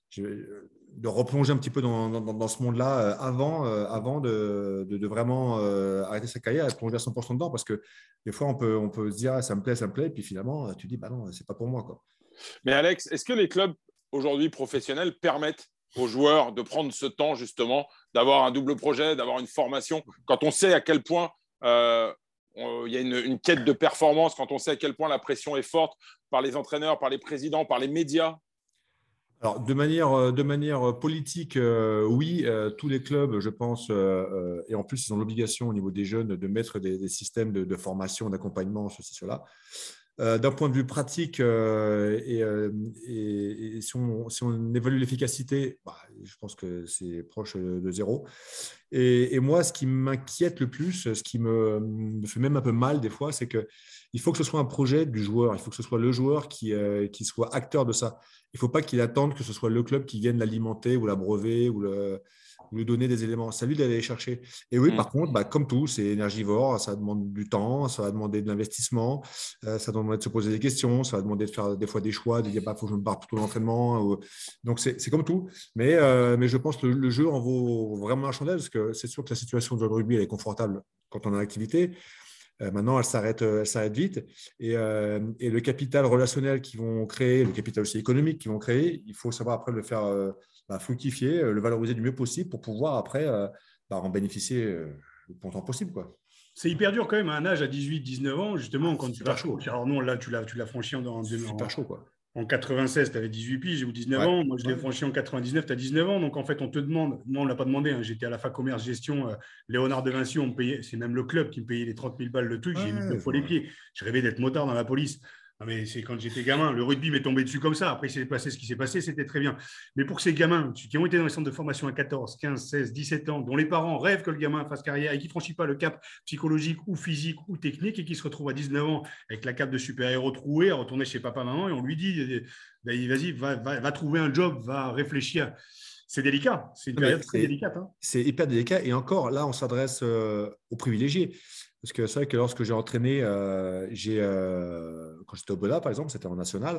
S3: de replonger un petit peu dans, dans, dans ce monde-là euh, avant, euh, avant de, de, de vraiment euh, arrêter sa carrière et de plonger à cent pour cent dedans. Parce que des fois, on peut, on peut se dire, ah, ça me plaît, ça me plaît, et puis finalement, tu dis, bah non, c'est pas pour moi, quoi.
S2: Mais Alex, est-ce que les clubs aujourd'hui professionnels permettent aux joueurs de prendre ce temps justement, d'avoir un double projet, d'avoir une formation, quand on sait à quel point euh, il y a une, une quête de performance, quand on sait à quel point la pression est forte par les entraîneurs, par les présidents, par les médias?
S3: Alors, de manière, de manière politique, euh, oui, euh, tous les clubs, je pense, euh, euh, et en plus, ils ont l'obligation au niveau des jeunes de mettre des, des systèmes de, de formation, d'accompagnement, ceci, cela. Euh, d'un point de vue pratique, euh, et, euh, et, et si, on, si on évalue l'efficacité, bah, je pense que c'est proche de zéro. Et, et moi, ce qui m'inquiète le plus, ce qui me, me fait même un peu mal des fois, c'est qu'il faut que ce soit un projet du joueur. Il faut que ce soit le joueur qui, euh, qui soit acteur de ça. Il ne faut pas qu'il attende que ce soit le club qui vienne l'alimenter ou l'abreuver ou, le, ou lui donner des éléments. C'est à lui d'aller les chercher. Et oui, mmh. par contre, bah, comme tout, c'est énergivore. Ça demande du temps, ça va demander de l'investissement, euh, ça va demander de se poser des questions, ça va demander de faire des fois des choix, de dire il bah, faut que je me barre plutôt l'entraînement. Ou... Donc, c'est comme tout. Mais, euh, mais je pense que le, le jeu en vaut vraiment la chandelle parce que c'est sûr que la situation de joueur de rugby elle est confortable quand on est en activité. Euh, maintenant, elle s'arrête, elle s'arrête vite. Et, euh, et le capital relationnel qu'ils vont créer, le capital aussi économique qu'ils vont créer, il faut savoir après le faire euh, bah, fructifier, le valoriser du mieux possible pour pouvoir après euh, bah, en bénéficier euh, le plus longtemps possible, quoi.
S1: C'est hyper dur quand même à un âge à dix-huit dix-neuf ans, justement, ah, quand tu vas
S3: chaud.
S1: Alors non, là, tu l'as, tu l'as franchi en, en,
S3: super chaud, quoi.
S1: En quatre-vingt-seize, tu avais dix-huit piges ou dix-neuf ouais. ans. Moi, je l'ai ouais. franchi en quatre-vingt-dix-neuf, tu as dix-neuf ans. Donc, en fait, on te demande, moi, on ne l'a pas demandé. Hein. J'étais à la fac commerce gestion. Euh, Léonard de Vinci, on me payait, c'est même le club qui me payait les trente mille balles de truc. Ouais, j'ai mis deux fois ouais. les pieds. Je rêvais d'être motard dans la police. Non, mais c'est quand j'étais gamin. Le rugby m'est tombé dessus comme ça. Après, il s'est passé ce qui s'est passé, c'était très bien. Mais pour ces gamins qui ont été dans les centres de formation à quatorze, quinze, seize, dix-sept ans, dont les parents rêvent que le gamin fasse carrière et qui ne franchit pas le cap psychologique ou physique ou technique et qui se retrouve à dix-neuf ans avec la cape de super-héros trouée, à retourner chez papa-maman et on lui dit ben, vas-y, va, va, va trouver un job, va réfléchir. C'est délicat. C'est une période très délicate. Hein.
S3: C'est hyper délicat. Et encore, là, on s'adresse euh, aux privilégiés. Parce que c'est vrai que lorsque j'ai entraîné, euh, j'ai, euh, quand j'étais au Bola, par exemple, c'était en national,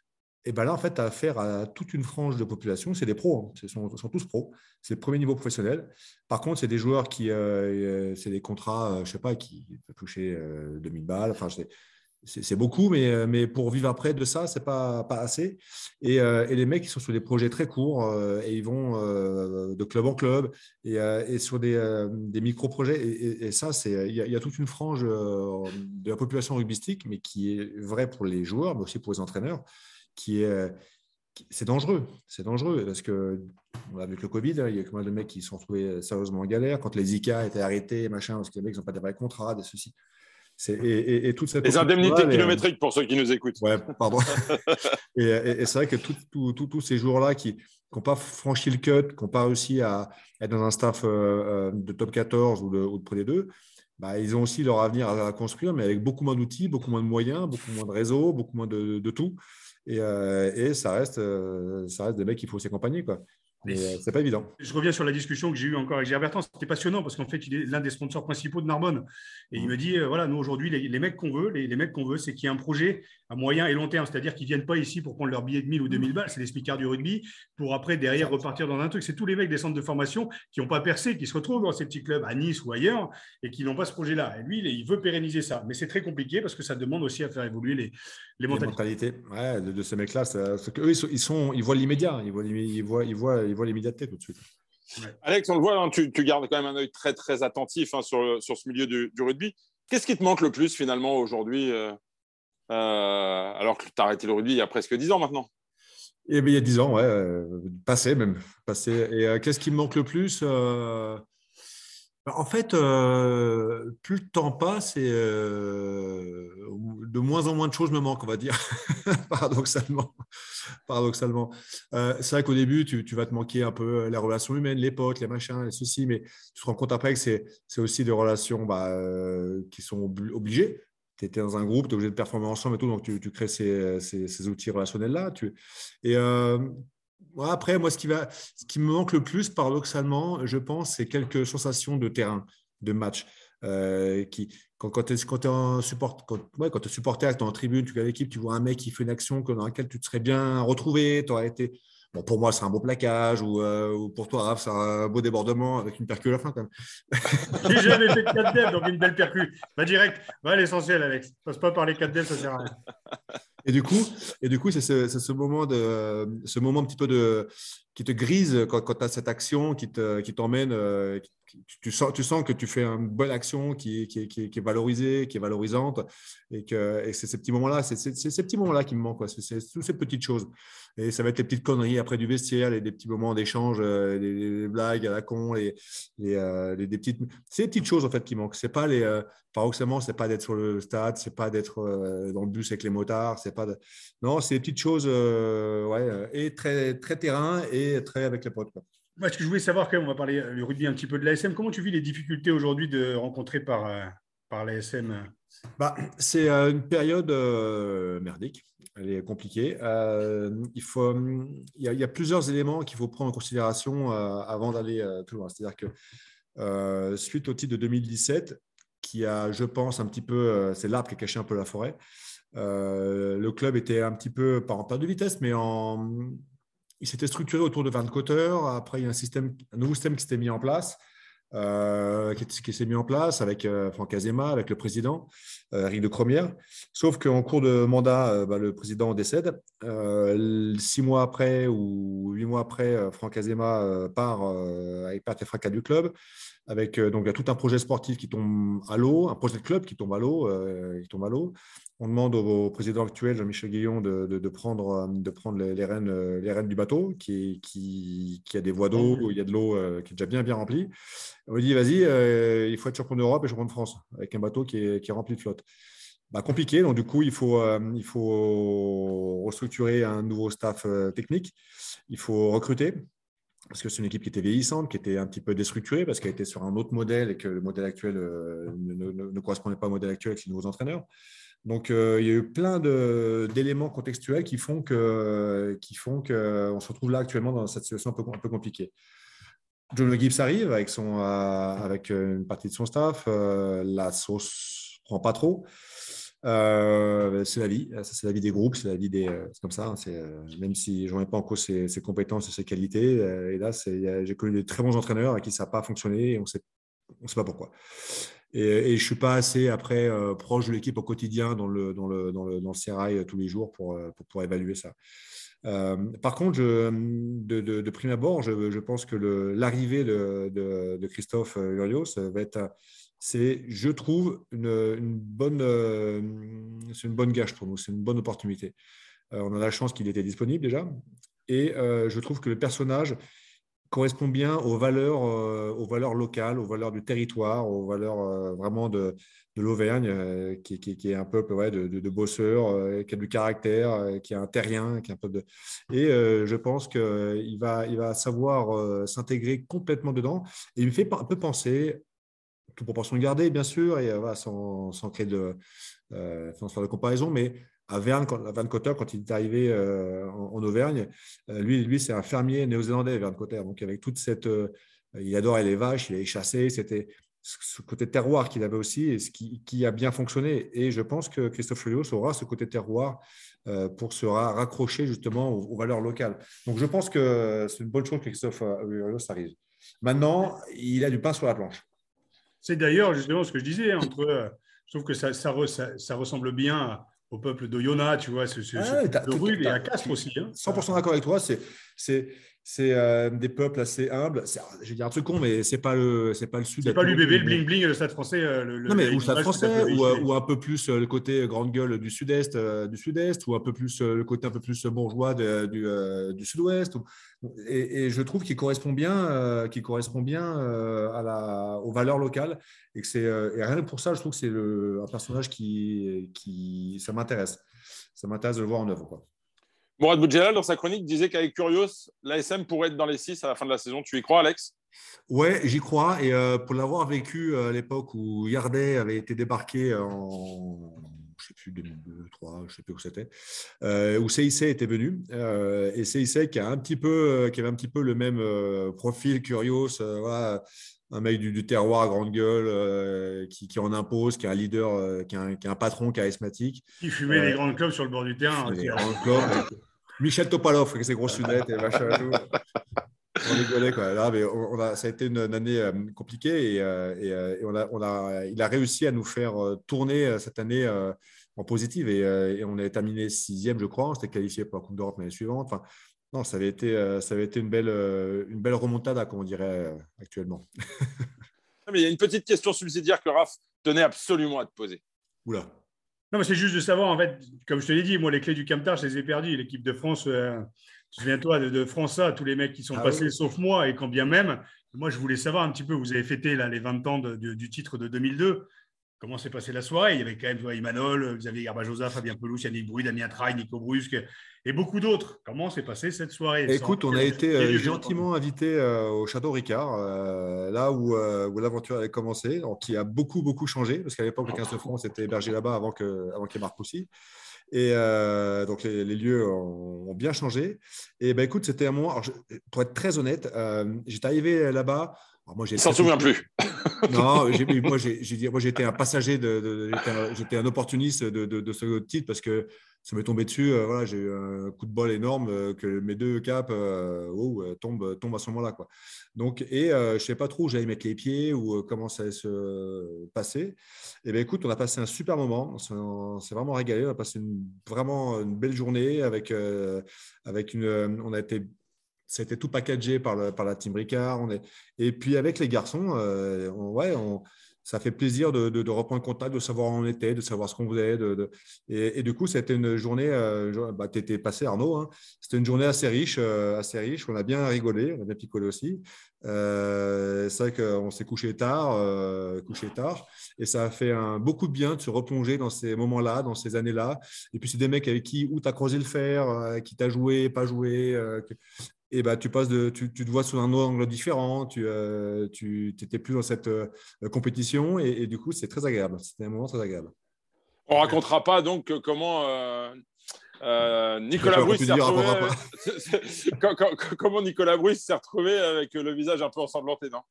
S3: et ben là, en fait, tu as affaire à toute une frange de population. C'est des pros, hein. Ils sont, sont tous pros. C'est le premier niveau professionnel. Par contre, c'est des joueurs qui, euh, c'est des contrats, euh, je ne sais pas, qui peuvent toucher euh, deux mille balles. Enfin, c'est beaucoup, mais, mais pour vivre après de ça, ce n'est pas, pas assez. Et, euh, et les mecs, ils sont sur des projets très courts euh, et ils vont euh, de club en club et, euh, et sur des, euh, des micro-projets. Et, et, et ça, il y, y a toute une frange euh, de la population rugbystique, mais qui est vraie pour les joueurs, mais aussi pour les entraîneurs, qui est… C'est dangereux, c'est dangereux parce que avec le Covid, il y a pas mal de mecs qui se sont retrouvés sérieusement en galère. Quand les Zika étaient arrêtés, machin, parce que les mecs n'ont pas de vrais contrats, des ceci. Et, et, et toute cette
S2: les indemnités kilométriques les... pour ceux qui nous écoutent.
S3: Ouais, pardon. et, et, et c'est vrai que tous tout, tout, tout ces joueurs-là qui n'ont pas franchi le cut, qui n'ont pas réussi à être dans un staff euh, de top quatorze ou de, ou de Pro D deux, bah, ils ont aussi leur avenir à, à construire, mais avec beaucoup moins d'outils, beaucoup moins de moyens, beaucoup moins de réseaux, beaucoup moins de, de tout. Et, euh, et ça, reste, euh, ça reste des mecs qu'il faut s'accompagner, quoi. Mais euh, c'est pas évident.
S1: Je reviens sur la discussion que j'ai eue encore avec Gérard Bertrand. C'était passionnant parce qu'en fait, il est l'un des sponsors principaux de Narbonne. Et mmh. il me dit, euh, voilà, nous aujourd'hui, les, les mecs qu'on veut, les, les mecs qu'on veut, c'est qu'il y ait un projet à moyen et long terme. C'est-à-dire qu'ils ne viennent pas ici pour prendre leur billet de mille ou deux mille balles. C'est les speakers du rugby pour après, derrière, repartir dans un truc. C'est tous les mecs des centres de formation qui n'ont pas percé, qui se retrouvent dans ces petits clubs à Nice ou ailleurs et qui n'ont pas ce projet-là. Et lui, il veut pérenniser ça. Mais c'est très compliqué parce que ça demande aussi à faire évoluer les, les mentalités.
S3: Les mentalités ouais, de, de ces mecs-là. C'est qu'eux, ils, sont, ils, sont, ils voient l'immédiat. Ils voient, ils voient, ils voient, ils voient l'immédiateté tout de suite.
S2: Ouais. Alex, on le voit, hein, tu, tu gardes quand même un œil très, très attentif hein, sur, sur ce milieu du, du rugby. Qu'est-ce qui te manque le plus finalement aujourd'hui euh, euh, alors que tu as arrêté le rugby il y a presque dix ans maintenant?
S3: Eh bien, il y a dix ans, ouais, euh, passé même. Passé. Et euh, qu'est-ce qui me manque le plus euh, En fait, euh, plus le temps passe et euh, de moins en moins de choses me manquent, on va dire, paradoxalement. paradoxalement. Euh, c'est vrai qu'au début, tu, tu vas te manquer un peu les relations humaines, les potes, les machins, les ceci, mais tu te rends compte après que c'est, c'est aussi des relations bah, euh, qui sont obli- obligées. Tu étais dans un groupe, tu es obligé de performer ensemble et tout, donc tu, tu crées ces, ces, ces outils relationnels-là. Tu... Et euh, ouais, après, moi, ce qui va, ce qui me manque le plus, paradoxalement, je pense, c'est quelques sensations de terrain, de match. Euh, qui, quand, quand tu es, quand en support, quand, ouais, quand tu es supporter, tu es en tribune, tu es à l'équipe, tu vois un mec qui fait une action que- dans laquelle tu te serais bien retrouvé, tu aurais été. Bon, pour moi, c'est un beau plaquage, ou, euh, ou pour toi, Raph, c'est un beau débordement avec une percule à la fin, quand même.
S1: J'ai jamais fait de quatre dev, donc une belle percu. Va direct, va à l'essentiel, Alex. Passe pas par les quatre dev, ça sert à rien.
S3: Et du coup, et du coup, c'est ce, c'est ce moment de, ce moment un petit peu de, qui te grise quand, quand tu as cette action qui te, qui t'emmène, euh, qui- tu sens, tu sens que tu fais une bonne action qui, est- qui, est- qui, est- qui est valorisée, qui est valorisante, et que, et c'est ces petits moments-là, c'est, c'est- c'est ces petits moments-là qui me manquent, quoi. C'est, c'est toutes ces petites choses. Et ça va être les petites conneries après du vestiaire, les, des petits moments d'échange, euh, les, les blagues à la con, les, les, euh, les- des petites, c'est les petites choses en fait qui manquent. C'est pas les, euh, paradoxalement, c'est pas d'être sur le stade, c'est pas d'être euh, dans le bus avec les motards, c'est pas de... Non, c'est des petites choses, euh, ouais, euh, et très, très terrain et très avec les potes, quoi.
S1: Moi, ce que je voulais savoir, quand même, on va parler du rugby un petit peu de l'A S M. Comment tu vis les difficultés aujourd'hui de rencontrer par, euh, par l'A S M?
S3: Bah, c'est euh, une période euh, merdique, elle est compliquée. Euh, il faut, hum, il y a, il y a plusieurs éléments qu'il faut prendre en considération euh, avant d'aller euh, plus loin. C'est-à-dire que euh, suite au titre de deux mille dix-sept, qui a, je pense, un petit peu, euh, c'est l'arbre qui a caché un peu la forêt. Euh, le club était un petit peu, pas en perte de vitesse, mais en, il s'était structuré autour de Van Cotter. Après, il y a un, système, un nouveau système qui s'était mis en place, euh, qui, qui s'est mis en place avec euh, Franck Azema, avec le président, euh, Eric de Cromière. Sauf qu'en cours de mandat, euh, bah, le président décède. Euh, six mois après ou huit mois après, euh, Franck Azema euh, part euh, avec perte et fracas du club. Avec euh, donc il y a tout un projet sportif qui tombe à l'eau, un projet de club qui tombe à l'eau, euh, qui tombe à l'eau. On demande au, au président actuel, Jean-Michel Guillon, de, de, de prendre, de prendre les, les, rênes, les rênes du bateau, qui, qui, qui a des voies d'eau, où il y a de l'eau euh, qui est déjà bien, bien remplie. On lui dit, vas-y, euh, il faut être champion d'Europe et champion de France, avec un bateau qui est, qui est rempli de flotte. Bah, compliqué, donc du coup, il faut, euh, il faut restructurer un nouveau staff euh, technique. Il faut recruter, parce que c'est une équipe qui était vieillissante, qui était un petit peu déstructurée, parce qu'elle était sur un autre modèle et que le modèle actuel euh, ne, ne, ne correspondait pas au modèle actuel avec les nouveaux entraîneurs. Donc, euh, il y a eu plein de, d'éléments contextuels qui font que, qui font qu'on se retrouve là actuellement dans cette situation un peu, un peu compliquée. John Gibbs arrive avec, son, euh, avec une partie de son staff. Euh, la sauce ne prend pas trop. Euh, c'est la vie, c'est la vie des groupes, c'est la vie des. C'est comme ça, hein, c'est, euh, même si je ne remets pas en cause ses, ses compétences et ses qualités. Euh, et là, c'est, j'ai connu des très bons entraîneurs à qui ça n'a pas fonctionné et on sait, on ne sait pas pourquoi. Et, et je ne suis pas assez après euh, proche de l'équipe au quotidien dans le, dans le, dans le, dans le sérail tous les jours pour, pour pouvoir évaluer ça. Euh, par contre, je, de, de, de prime abord, je, je pense que le, l'arrivée de, de, de Christophe Urios va être, c'est, je trouve, une, une bonne, euh, c'est une bonne gage pour nous, c'est une bonne opportunité. Euh, on a la chance qu'il était disponible déjà, et euh, je trouve que le personnage correspond bien aux valeurs, euh, aux valeurs locales, aux valeurs du territoire, aux valeurs euh, vraiment de, de l'Auvergne, euh, qui, qui, qui est un peuple ouais, de, de, de bosseurs, euh, qui a du caractère, euh, qui a un terrien, qui est un peu de... Et euh, je pense qu'il va, il va savoir euh, s'intégrer complètement dedans. Et il me fait un peu penser, toute proportion gardée, bien sûr, et euh, voilà, sans, sans créer de, euh, sans faire de comparaison, mais à Verne, quand, à Van Cotter, quand il est arrivé euh, en, en Auvergne, euh, lui, lui c'est un fermier néo-zélandais, Van Cotter. Donc, avec toute cette. Euh, il adorait les vaches, il allait chasser. C'était ce côté terroir qu'il avait aussi et ce qui, qui a bien fonctionné. Et je pense que Christophe Furios aura ce côté terroir euh, pour se raccrocher justement aux, aux valeurs locales. Donc, je pense que c'est une bonne chose que Christophe Furios arrive. Maintenant, il a du pain sur la planche.
S1: C'est d'ailleurs justement ce que je disais, hein, entre, euh, je trouve que ça, ça, ça, ça ressemble bien au peuple d'Oyonnax, tu vois, ce, ce, ce
S3: Ah,
S1: type
S3: t'as,
S1: de rue, et
S3: t'as,
S1: à Castres aussi. Hein,
S3: cent pour cent
S1: ça.
S3: d'accord avec toi. C'est, c'est, c'est euh, des peuples assez humbles. C'est, je vais dire un truc con, mais c'est pas le, c'est pas le sud.
S1: C'est pas l'U B B, le bling bling, le Stade Français. euh, Le, le-
S3: Non, mais
S1: la-
S3: ou le Stade
S1: l'image que ça
S3: français,
S1: peut
S3: ou, euh,
S1: véhiculer.
S3: ou un peu plus euh, le côté grande gueule du sud-est, euh, du sud-est, ou un peu plus euh, le côté un peu plus bourgeois de- du, euh, du sud-ouest. ou- Et, et je trouve qu'il correspond bien, euh, qu'il correspond bien euh, à la, aux valeurs locales. Et, que c'est, euh, et rien que pour ça, je trouve que c'est le- un personnage qui, qui ça m'intéresse. Ça m'intéresse de le voir en œuvre, quoi.
S2: Mourad Boudjelal, dans sa chronique, disait qu'avec Curios, l'A S M pourrait être dans les six à la fin de la saison. Tu y crois, Alex?
S3: Ouais, j'y crois. Et euh, pour l'avoir vécu euh, à l'époque où Yardet avait été débarqué en, je sais plus, deux mille deux, deux mille trois, je sais plus où c'était, euh, où C I C était venu. Euh, et C I C qui a un petit peu, euh, qui avait un petit peu le même euh, profil Curios, euh, voilà, un mec du, du terroir à grande gueule, euh, qui, qui en impose, qui est un leader, euh, qui, est un, qui est un patron charismatique.
S1: Qui fumait des
S3: Euh,
S1: grands clubs sur le bord du
S3: il
S1: terrain
S3: fait des
S1: aussi.
S3: grands clubs avec Michel Topalov, avec ses grosses lunettes et machin et tout. On rigolait quoi. Là, mais on, on a, ça a été une, une année euh, compliquée et, euh, et, euh, et on a, on a, il a réussi à nous faire euh, tourner euh, cette année euh, en positive et, euh, et on a terminé sixième, je crois. On s'était qualifié pour la Coupe d'Europe l'année suivante. Enfin, non, ça avait été, euh, ça avait été une belle, euh, une belle remontada, comme on dirait euh, actuellement.
S2: Mais il y a une petite question subsidiaire que Raph tenait absolument à te poser.
S3: Oula.
S1: Non, mais c'est juste de savoir, en fait, comme je te l'ai dit, moi, les clés du Camtar, je les ai perdues. L'équipe de France, euh, souviens-toi de, de France A, tous les mecs qui sont
S3: Ah
S1: passés,
S3: oui.
S1: sauf moi, et quand bien même, moi, je voulais savoir un petit peu, vous avez fêté là, les vingt ans de- de- du titre de deux mille deux. Comment s'est passée la soirée? Il y avait quand même tu vois, Imanol, Xavier Garbajosa, Fabien Pelouse, Yannick Brouy, Damien Traille, Nico Brusque et beaucoup d'autres. Comment s'est passée cette soirée? Sans
S3: Écoute, on a
S1: rentrer dans
S3: été
S1: tous les
S3: euh,
S1: lieux, bien entendu.
S3: gentiment invité euh, au Château Ricard, euh, là où, euh, où l'aventure avait commencé, donc, qui a beaucoup, beaucoup changé, parce qu'à l'époque, le quinze de France était hébergé là-bas avant que, avant qu'il y ait Marc Poussy. Et euh, donc, les, les lieux ont, ont bien changé. Et ben, écoute, c'était un moment, alors, je- pour être très honnête, euh, j'étais arrivé là-bas. Alors, moi, j'ai
S2: Il s'en
S3: très
S2: souvient
S3: touché.
S2: plus.
S3: Non, j'ai- moi, j'ai j'ai dit- moi, j'étais un passager, de, de- j'étais un, j'étais un opportuniste de, de- de ce titre parce que ça m'est tombé dessus. euh, voilà, j'ai eu un coup de bol énorme euh, que mes deux caps euh, oh, euh, tombent, tombent à ce moment-là, quoi. Donc, et euh, je ne savais pas trop où j'allais mettre les pieds ou euh, comment ça allait se passer. Et ben écoute, on a passé un super moment. On s'est on s'est vraiment régalé. On a passé une, vraiment une belle journée avec, euh, avec une. On a été ça a été tout packagé par, le, par la Team Ricard. On est... Et puis avec les garçons, euh, on, ouais, on, ça fait plaisir de, de, de reprendre contact, de savoir où on était, de savoir ce qu'on faisait. De, de... Et, et du coup, c'était une journée, euh, bah, tu étais passé Arnaud, hein. C'était une journée assez riche, euh, assez riche. On a bien rigolé, on a bien picolé aussi. Euh, c'est vrai qu'on s'est couché tard, euh, couché tard, et ça a fait un, beaucoup de bien de se replonger dans ces moments-là, dans ces années-là. Et puis c'est des mecs avec qui, où tu as creusé le fer, euh, qui t'a joué, pas joué, euh, que et bah, tu passes de, tu, tu te vois sous un angle différent, tu euh, tu t'étais plus dans cette euh, compétition et, et du coup c'est très agréable. C'était un moment très agréable.
S2: On racontera pas donc euh, comment euh, euh, Nicolas
S3: Quand
S2: Bruce
S3: tu
S2: s'est
S3: dis,
S2: retrouvé,
S3: racontera pas.
S2: quand- quand- comment Nicolas Bruce s'est retrouvé avec le visage un peu ensanglanté, non?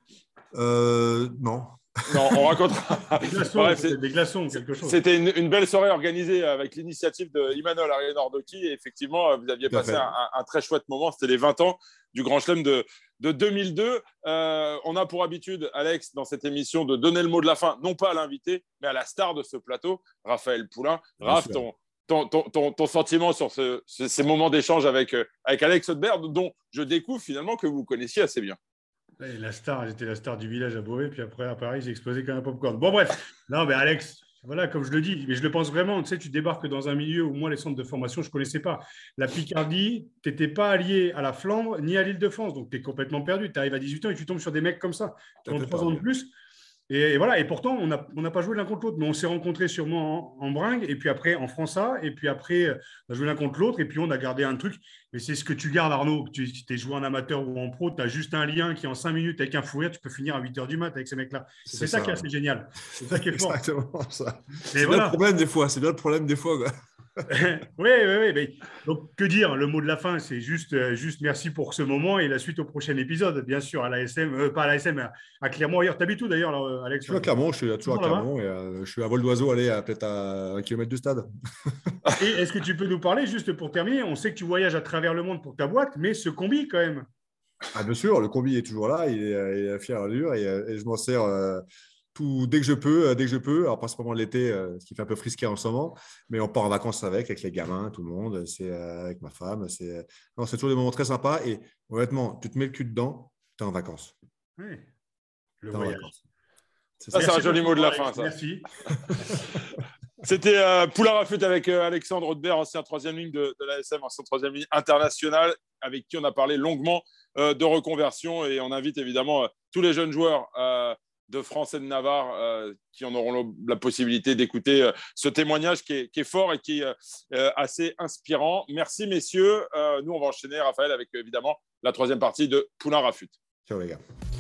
S3: Euh, non.
S2: Non, on racontera.
S1: Des glaçons,
S2: Bref, c'est-
S1: peut-être des glaçons, quelque chose.
S2: c'était une, une belle soirée organisée avec l'initiative de Imanol Arianordoki. Et effectivement, euh, vous aviez
S3: Tout à
S2: passé
S3: fait.
S2: un, un- un très chouette moment. C'était les vingt ans du Grand Chelem de, de deux mille deux. Euh, on a pour habitude, Alex, dans cette émission, de donner le mot de la fin, non pas à l'invité, mais à la star de ce plateau, Raphaël Poulain.
S3: Bien
S2: Raph,
S3: sûr.
S2: ton, ton, ton, ton, ton sentiment sur ce- ce- ces moments d'échange avec, euh, avec Alex Audebert, dont je découvre finalement que vous connaissiez assez bien.
S1: Ouais, la star, j'étais la star du village à Beauvais, puis après à Paris, j'ai explosé comme un popcorn. Bon, bref, non, mais Alex, voilà, comme je le dis, mais je le pense vraiment, tu sais, tu débarques dans un milieu où moi, les centres de formation, je ne connaissais pas. La Picardie, tu n'étais pas allié à la Flandre ni à l'Île-de-France, donc tu es complètement perdu. Tu arrives à dix-huit ans et tu tombes sur des mecs comme ça, qui
S3: Un
S1: ont
S3: peu
S1: trois ans de
S3: perdu.
S1: plus. Et, et voilà, et pourtant, on n'a on n'a pas joué l'un contre l'autre, mais on s'est rencontrés sûrement en, en bringue, et puis après en France A, et puis après, euh, on a joué l'un contre l'autre, et puis on a gardé un truc. Mais c'est ce que tu gardes, Arnaud, que tu t'es joué en amateur ou en pro, tu as juste un lien qui, en cinq minutes, avec un fou rire, tu peux finir à huit heures du mat avec ces mecs-là. C'est
S3: C'est
S1: ça,
S3: ça.
S1: qui est assez génial. C'est ça qui est fort.
S3: Exactement ça.
S1: Mais
S3: C'est bien le
S1: voilà.
S3: problème des fois. C'est bien le problème des fois, quoi.
S1: Oui, oui, oui. Mais, donc, que dire? Le mot de la fin, c'est juste, euh, juste merci pour ce moment et la suite au prochain épisode, bien sûr, à l'A S M, euh, pas à l'A S M, à, à Clermont. Ailleurs, t'habites où d'ailleurs, là, Alex?
S3: Je suis à Clermont, je suis toujours à
S1: Toujours là-bas.
S3: Clermont et euh, je suis à vol d'oiseau, aller à peut-être à un kilomètre du stade.
S1: Et est-ce que tu peux nous parler, juste pour terminer, on sait que tu voyages à travers le monde pour ta boîte, mais ce combi quand même.
S3: Ah, bien sûr, le combi est toujours là, il est, il est à fière allure et, euh, et je m'en sers. euh, tout, dès que je peux, euh, dès que je peux. Alors, pas seulement l'été, euh, ce qui fait un peu frisqué en ce moment, mais on part en vacances avec, avec les gamins, tout le monde. C'est euh, avec ma femme. C'est, euh, non, c'est toujours des moments très sympas. Et honnêtement, tu te mets le cul dedans, tu es en vacances.
S1: Oui, le
S3: T'es en
S1: voyage.
S3: vacances. C'est
S2: Ça,
S3: ça.
S2: c'est un
S1: Merci
S2: joli
S1: beaucoup,
S2: mot de la
S1: Alex.
S2: fin, ça.
S1: Merci.
S2: C'était euh, Poulain Rafut avec euh, Alexandre Hautebert, ancien troisième ligne de, de l'A S M, ancien troisième ligne international, avec qui on a parlé longuement euh, de reconversion. Et on invite évidemment euh, tous les jeunes joueurs euh, de France et de Navarre euh, qui en auront le, la possibilité d'écouter euh, ce témoignage qui est, qui est fort et qui est euh, assez inspirant. Merci, messieurs. Euh, nous, on va enchaîner, Raphaël, avec évidemment la troisième partie de Poulain Rafut.
S3: Ciao, les gars.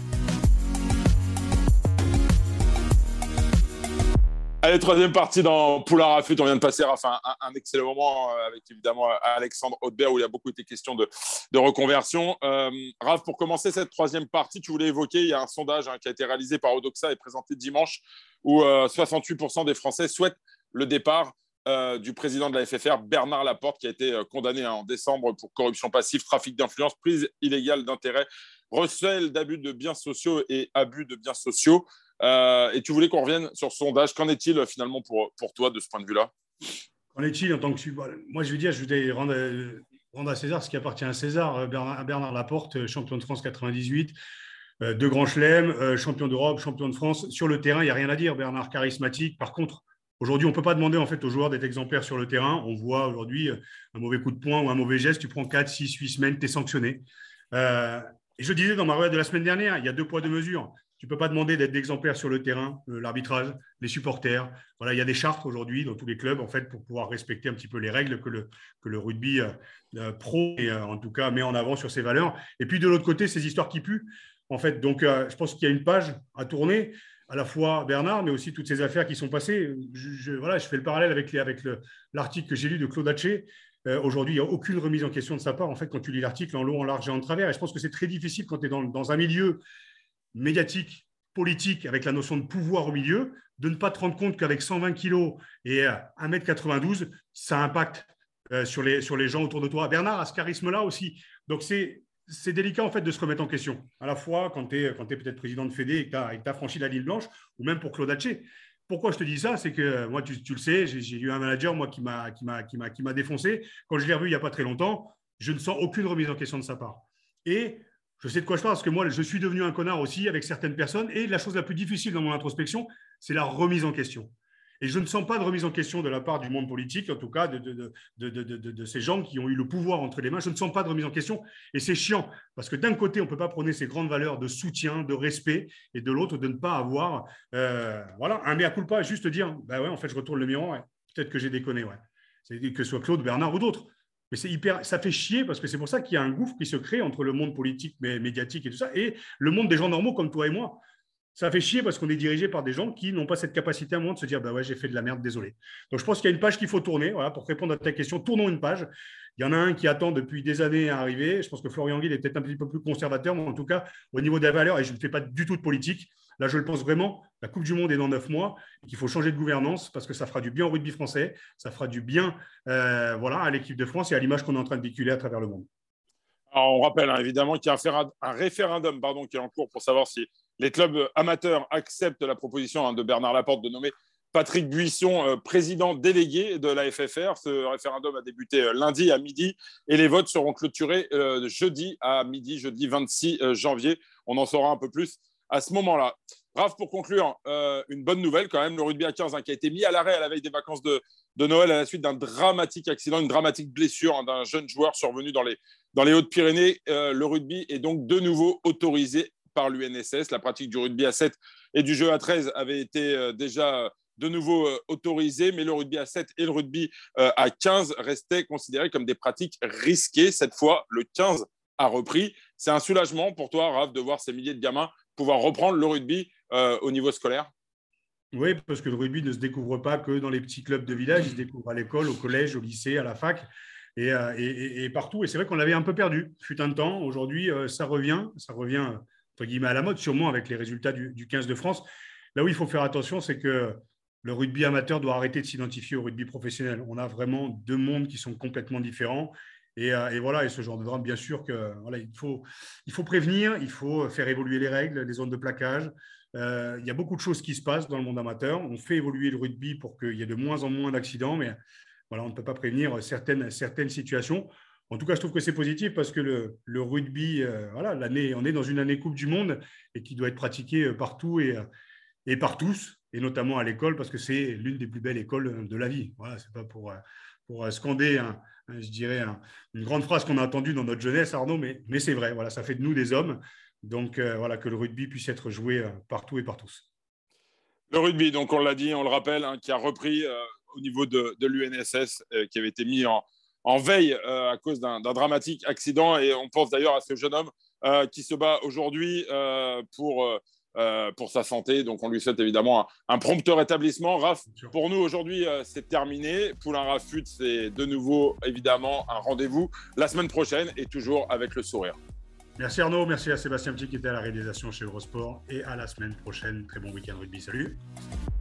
S2: Allez, troisième partie dans Poulain Rafut. On vient de passer enfin, un, un excellent moment avec évidemment Alexandre Hautebert où il y a beaucoup été question de, de reconversion. Euh, Raph, pour commencer cette troisième partie, tu voulais évoquer, il y a un sondage hein, qui a été réalisé par Odoxa et présenté dimanche où euh, soixante-huit pour cent des Français souhaitent le départ euh, du président de la F F R, Bernard Laporte, qui a été euh, condamné hein, en décembre pour corruption passive, trafic d'influence, prise illégale d'intérêt, recel d'abus de biens sociaux et abus de biens sociaux. Euh, et tu voulais qu'on revienne sur ce sondage. Qu'en est-il finalement pour, pour toi de ce point de vue-là?
S1: Qu'en est-il en tant que… Moi, je veux dire, je voudrais rendre, rendre à César ce qui appartient à César. Bernard, Bernard Laporte, champion de France quatre-vingt-dix-huit, euh, deux grands chelems, euh, champion d'Europe, champion de France. Sur le terrain, il n'y a rien à dire. Bernard, charismatique. Par contre, aujourd'hui, on ne peut pas demander en fait, aux joueurs d'être exemplaires sur le terrain. On voit aujourd'hui un mauvais coup de poing ou un mauvais geste. Tu prends quatre, six, huit semaines, tu es sanctionné. Euh, et je disais dans ma ruelle de la semaine dernière, il y a deux poids, deux mesures. Tu ne peux pas demander d'être exemplaire sur le terrain, euh, l'arbitrage, les supporters. Voilà, il y a des chartes aujourd'hui dans tous les clubs en fait, pour pouvoir respecter un petit peu les règles que le, que le rugby euh, pro, et, euh, en tout cas, met en avant sur ses valeurs. Et puis de l'autre côté, ces histoires qui puent. En fait, donc, euh, je pense qu'il y a une page à tourner, à la fois Bernard, mais aussi toutes ces affaires qui sont passées. Je, je, voilà, je fais le parallèle avec, les, avec le, l'article que j'ai lu de Claude Haché. Euh, aujourd'hui, il n'y a aucune remise en question de sa part. En fait, quand tu lis l'article en long, en large et en travers, et je pense que c'est très difficile quand tu es dans, dans un milieu médiatique, politique, avec la notion de pouvoir au milieu, de ne pas te rendre compte qu'avec cent vingt kilos et un mètre quatre-vingt-douze, ça impacte euh, sur, les, sur les gens autour de toi. Bernard a ce charisme-là aussi. Donc, c'est, c'est délicat en fait de se remettre en question. À la fois quand tu es, quand tu es peut-être président de Fédé et que tu as franchi la ligne blanche, ou même pour Claude Haché. Pourquoi je te dis ça? C'est que moi, tu, tu le sais, j'ai, j'ai eu un manager moi, qui, m'a, qui, m'a, qui, m'a, qui m'a défoncé. Quand je l'ai revu il n'y a pas très longtemps, je ne sens aucune remise en question de sa part. Et je sais de quoi je parle, parce que moi, je suis devenu un connard aussi avec certaines personnes. Et la chose la plus difficile dans mon introspection, c'est la remise en question. Et je ne sens pas de remise en question de la part du monde politique, en tout cas de, de, de, de, de, de, de ces gens qui ont eu le pouvoir entre les mains. Je ne sens pas de remise en question. Et c'est chiant, parce que d'un côté, on ne peut pas prôner ces grandes valeurs de soutien, de respect, et de l'autre, de ne pas avoir euh, voilà, un mea culpa, juste dire, bah ouais, en fait, je retourne le miroir, ouais. Peut-être que j'ai déconné, ouais. C'est, que ce soit Claude, Bernard ou d'autres. Mais c'est hyper, ça fait chier parce que c'est pour ça qu'il y a un gouffre qui se crée entre le monde politique, médiatique et tout ça, et le monde des gens normaux comme toi et moi. Ça fait chier parce qu'on est dirigé par des gens qui n'ont pas cette capacité à un moment de se dire bah ouais, j'ai fait de la merde, désolé. Donc je pense qu'il y a une page qu'il faut tourner. Voilà, pour répondre à ta question, tournons une page. Il y en a un qui attend depuis des années à arriver. Je pense que Florian Guil est peut-être un petit peu plus conservateur, mais en tout cas, au niveau des valeurs, et je ne fais pas du tout de politique. Là, je le pense vraiment, la Coupe du Monde est dans neuf mois, et qu'il faut changer de gouvernance parce que ça fera du bien au rugby français, ça fera du bien euh, voilà, à l'équipe de France et à l'image qu'on est en train de véhiculer à travers le monde.
S2: Alors, on rappelle hein, évidemment qu'il y a un, un référendum pardon, qui est en cours pour savoir si les clubs amateurs acceptent la proposition hein, de Bernard Laporte de nommer Patrick Buisson, euh, président délégué de la F F R. Ce référendum a débuté euh, lundi à midi et les votes seront clôturés euh, jeudi à midi, jeudi vingt-six janvier. On en saura un peu plus à ce moment-là. Raph, pour conclure, euh, une bonne nouvelle quand même, le rugby à quinze hein, qui a été mis à l'arrêt à la veille des vacances de, de Noël à la suite d'un dramatique accident, une dramatique blessure hein, d'un jeune joueur survenu dans les, dans les Hautes-Pyrénées. Euh, le rugby est donc de nouveau autorisé par l'U N S S. La pratique du rugby à sept et du jeu à treize avait été euh, déjà de nouveau euh, autorisée, mais le rugby à sept et le rugby euh, à quinze restaient considérés comme des pratiques risquées. Cette fois, le quinze a repris. C'est un soulagement pour toi, Raph, de voir ces milliers de gamins pouvoir reprendre le rugby euh, au niveau scolaire?
S1: Oui, parce que le rugby ne se découvre pas que dans les petits clubs de village, il se découvre à l'école, au collège, au lycée, à la fac et, et, et, et partout. Et c'est vrai qu'on l'avait un peu perdu, fut un temps. Aujourd'hui, ça revient, ça revient entre guillemets à la mode, sûrement avec les résultats du, du quinze de France. Là où il faut faire attention, c'est que le rugby amateur doit arrêter de s'identifier au rugby professionnel. On a vraiment deux mondes qui sont complètement différents. Et, euh, et voilà, et ce genre de drame, bien sûr que voilà, il faut, il faut prévenir, il faut faire évoluer les règles, les zones de plaquage. Euh, il y a beaucoup de choses qui se passent dans le monde amateur. On fait évoluer le rugby pour qu'il y ait de moins en moins d'accidents, mais voilà, on ne peut pas prévenir certaines, certaines situations. En tout cas, je trouve que c'est positif parce que le, le rugby, euh, voilà, l'année, on est dans une année Coupe du Monde et qui doit être pratiquée partout et, et par tous, et notamment à l'école, parce que c'est l'une des plus belles écoles de la vie. Voilà, c'est pas pour, pour scander un, je dirais, un, une grande phrase qu'on a entendue dans notre jeunesse, Arnaud, mais, mais c'est vrai, voilà, ça fait de nous des hommes. Donc, euh, voilà, que le rugby puisse être joué euh, partout et par tous.
S2: Le rugby, donc on l'a dit, on le rappelle, hein, qui a repris euh, au niveau de, de l'U N S S, euh, qui avait été mis en, en veille euh, à cause d'un, d'un dramatique accident. Et on pense d'ailleurs à ce jeune homme euh, qui se bat aujourd'hui euh, pour, euh, pour sa santé. Donc on lui souhaite évidemment un, un prompt rétablissement. Raph, pour nous aujourd'hui, euh, c'est terminé. Poulain Rafut, c'est de nouveau évidemment un rendez-vous la semaine prochaine et toujours avec le sourire.
S1: Merci Arnaud, merci à Sébastien Petit qui était à la réalisation chez Eurosport et à la semaine prochaine. Très bon week-end rugby, salut.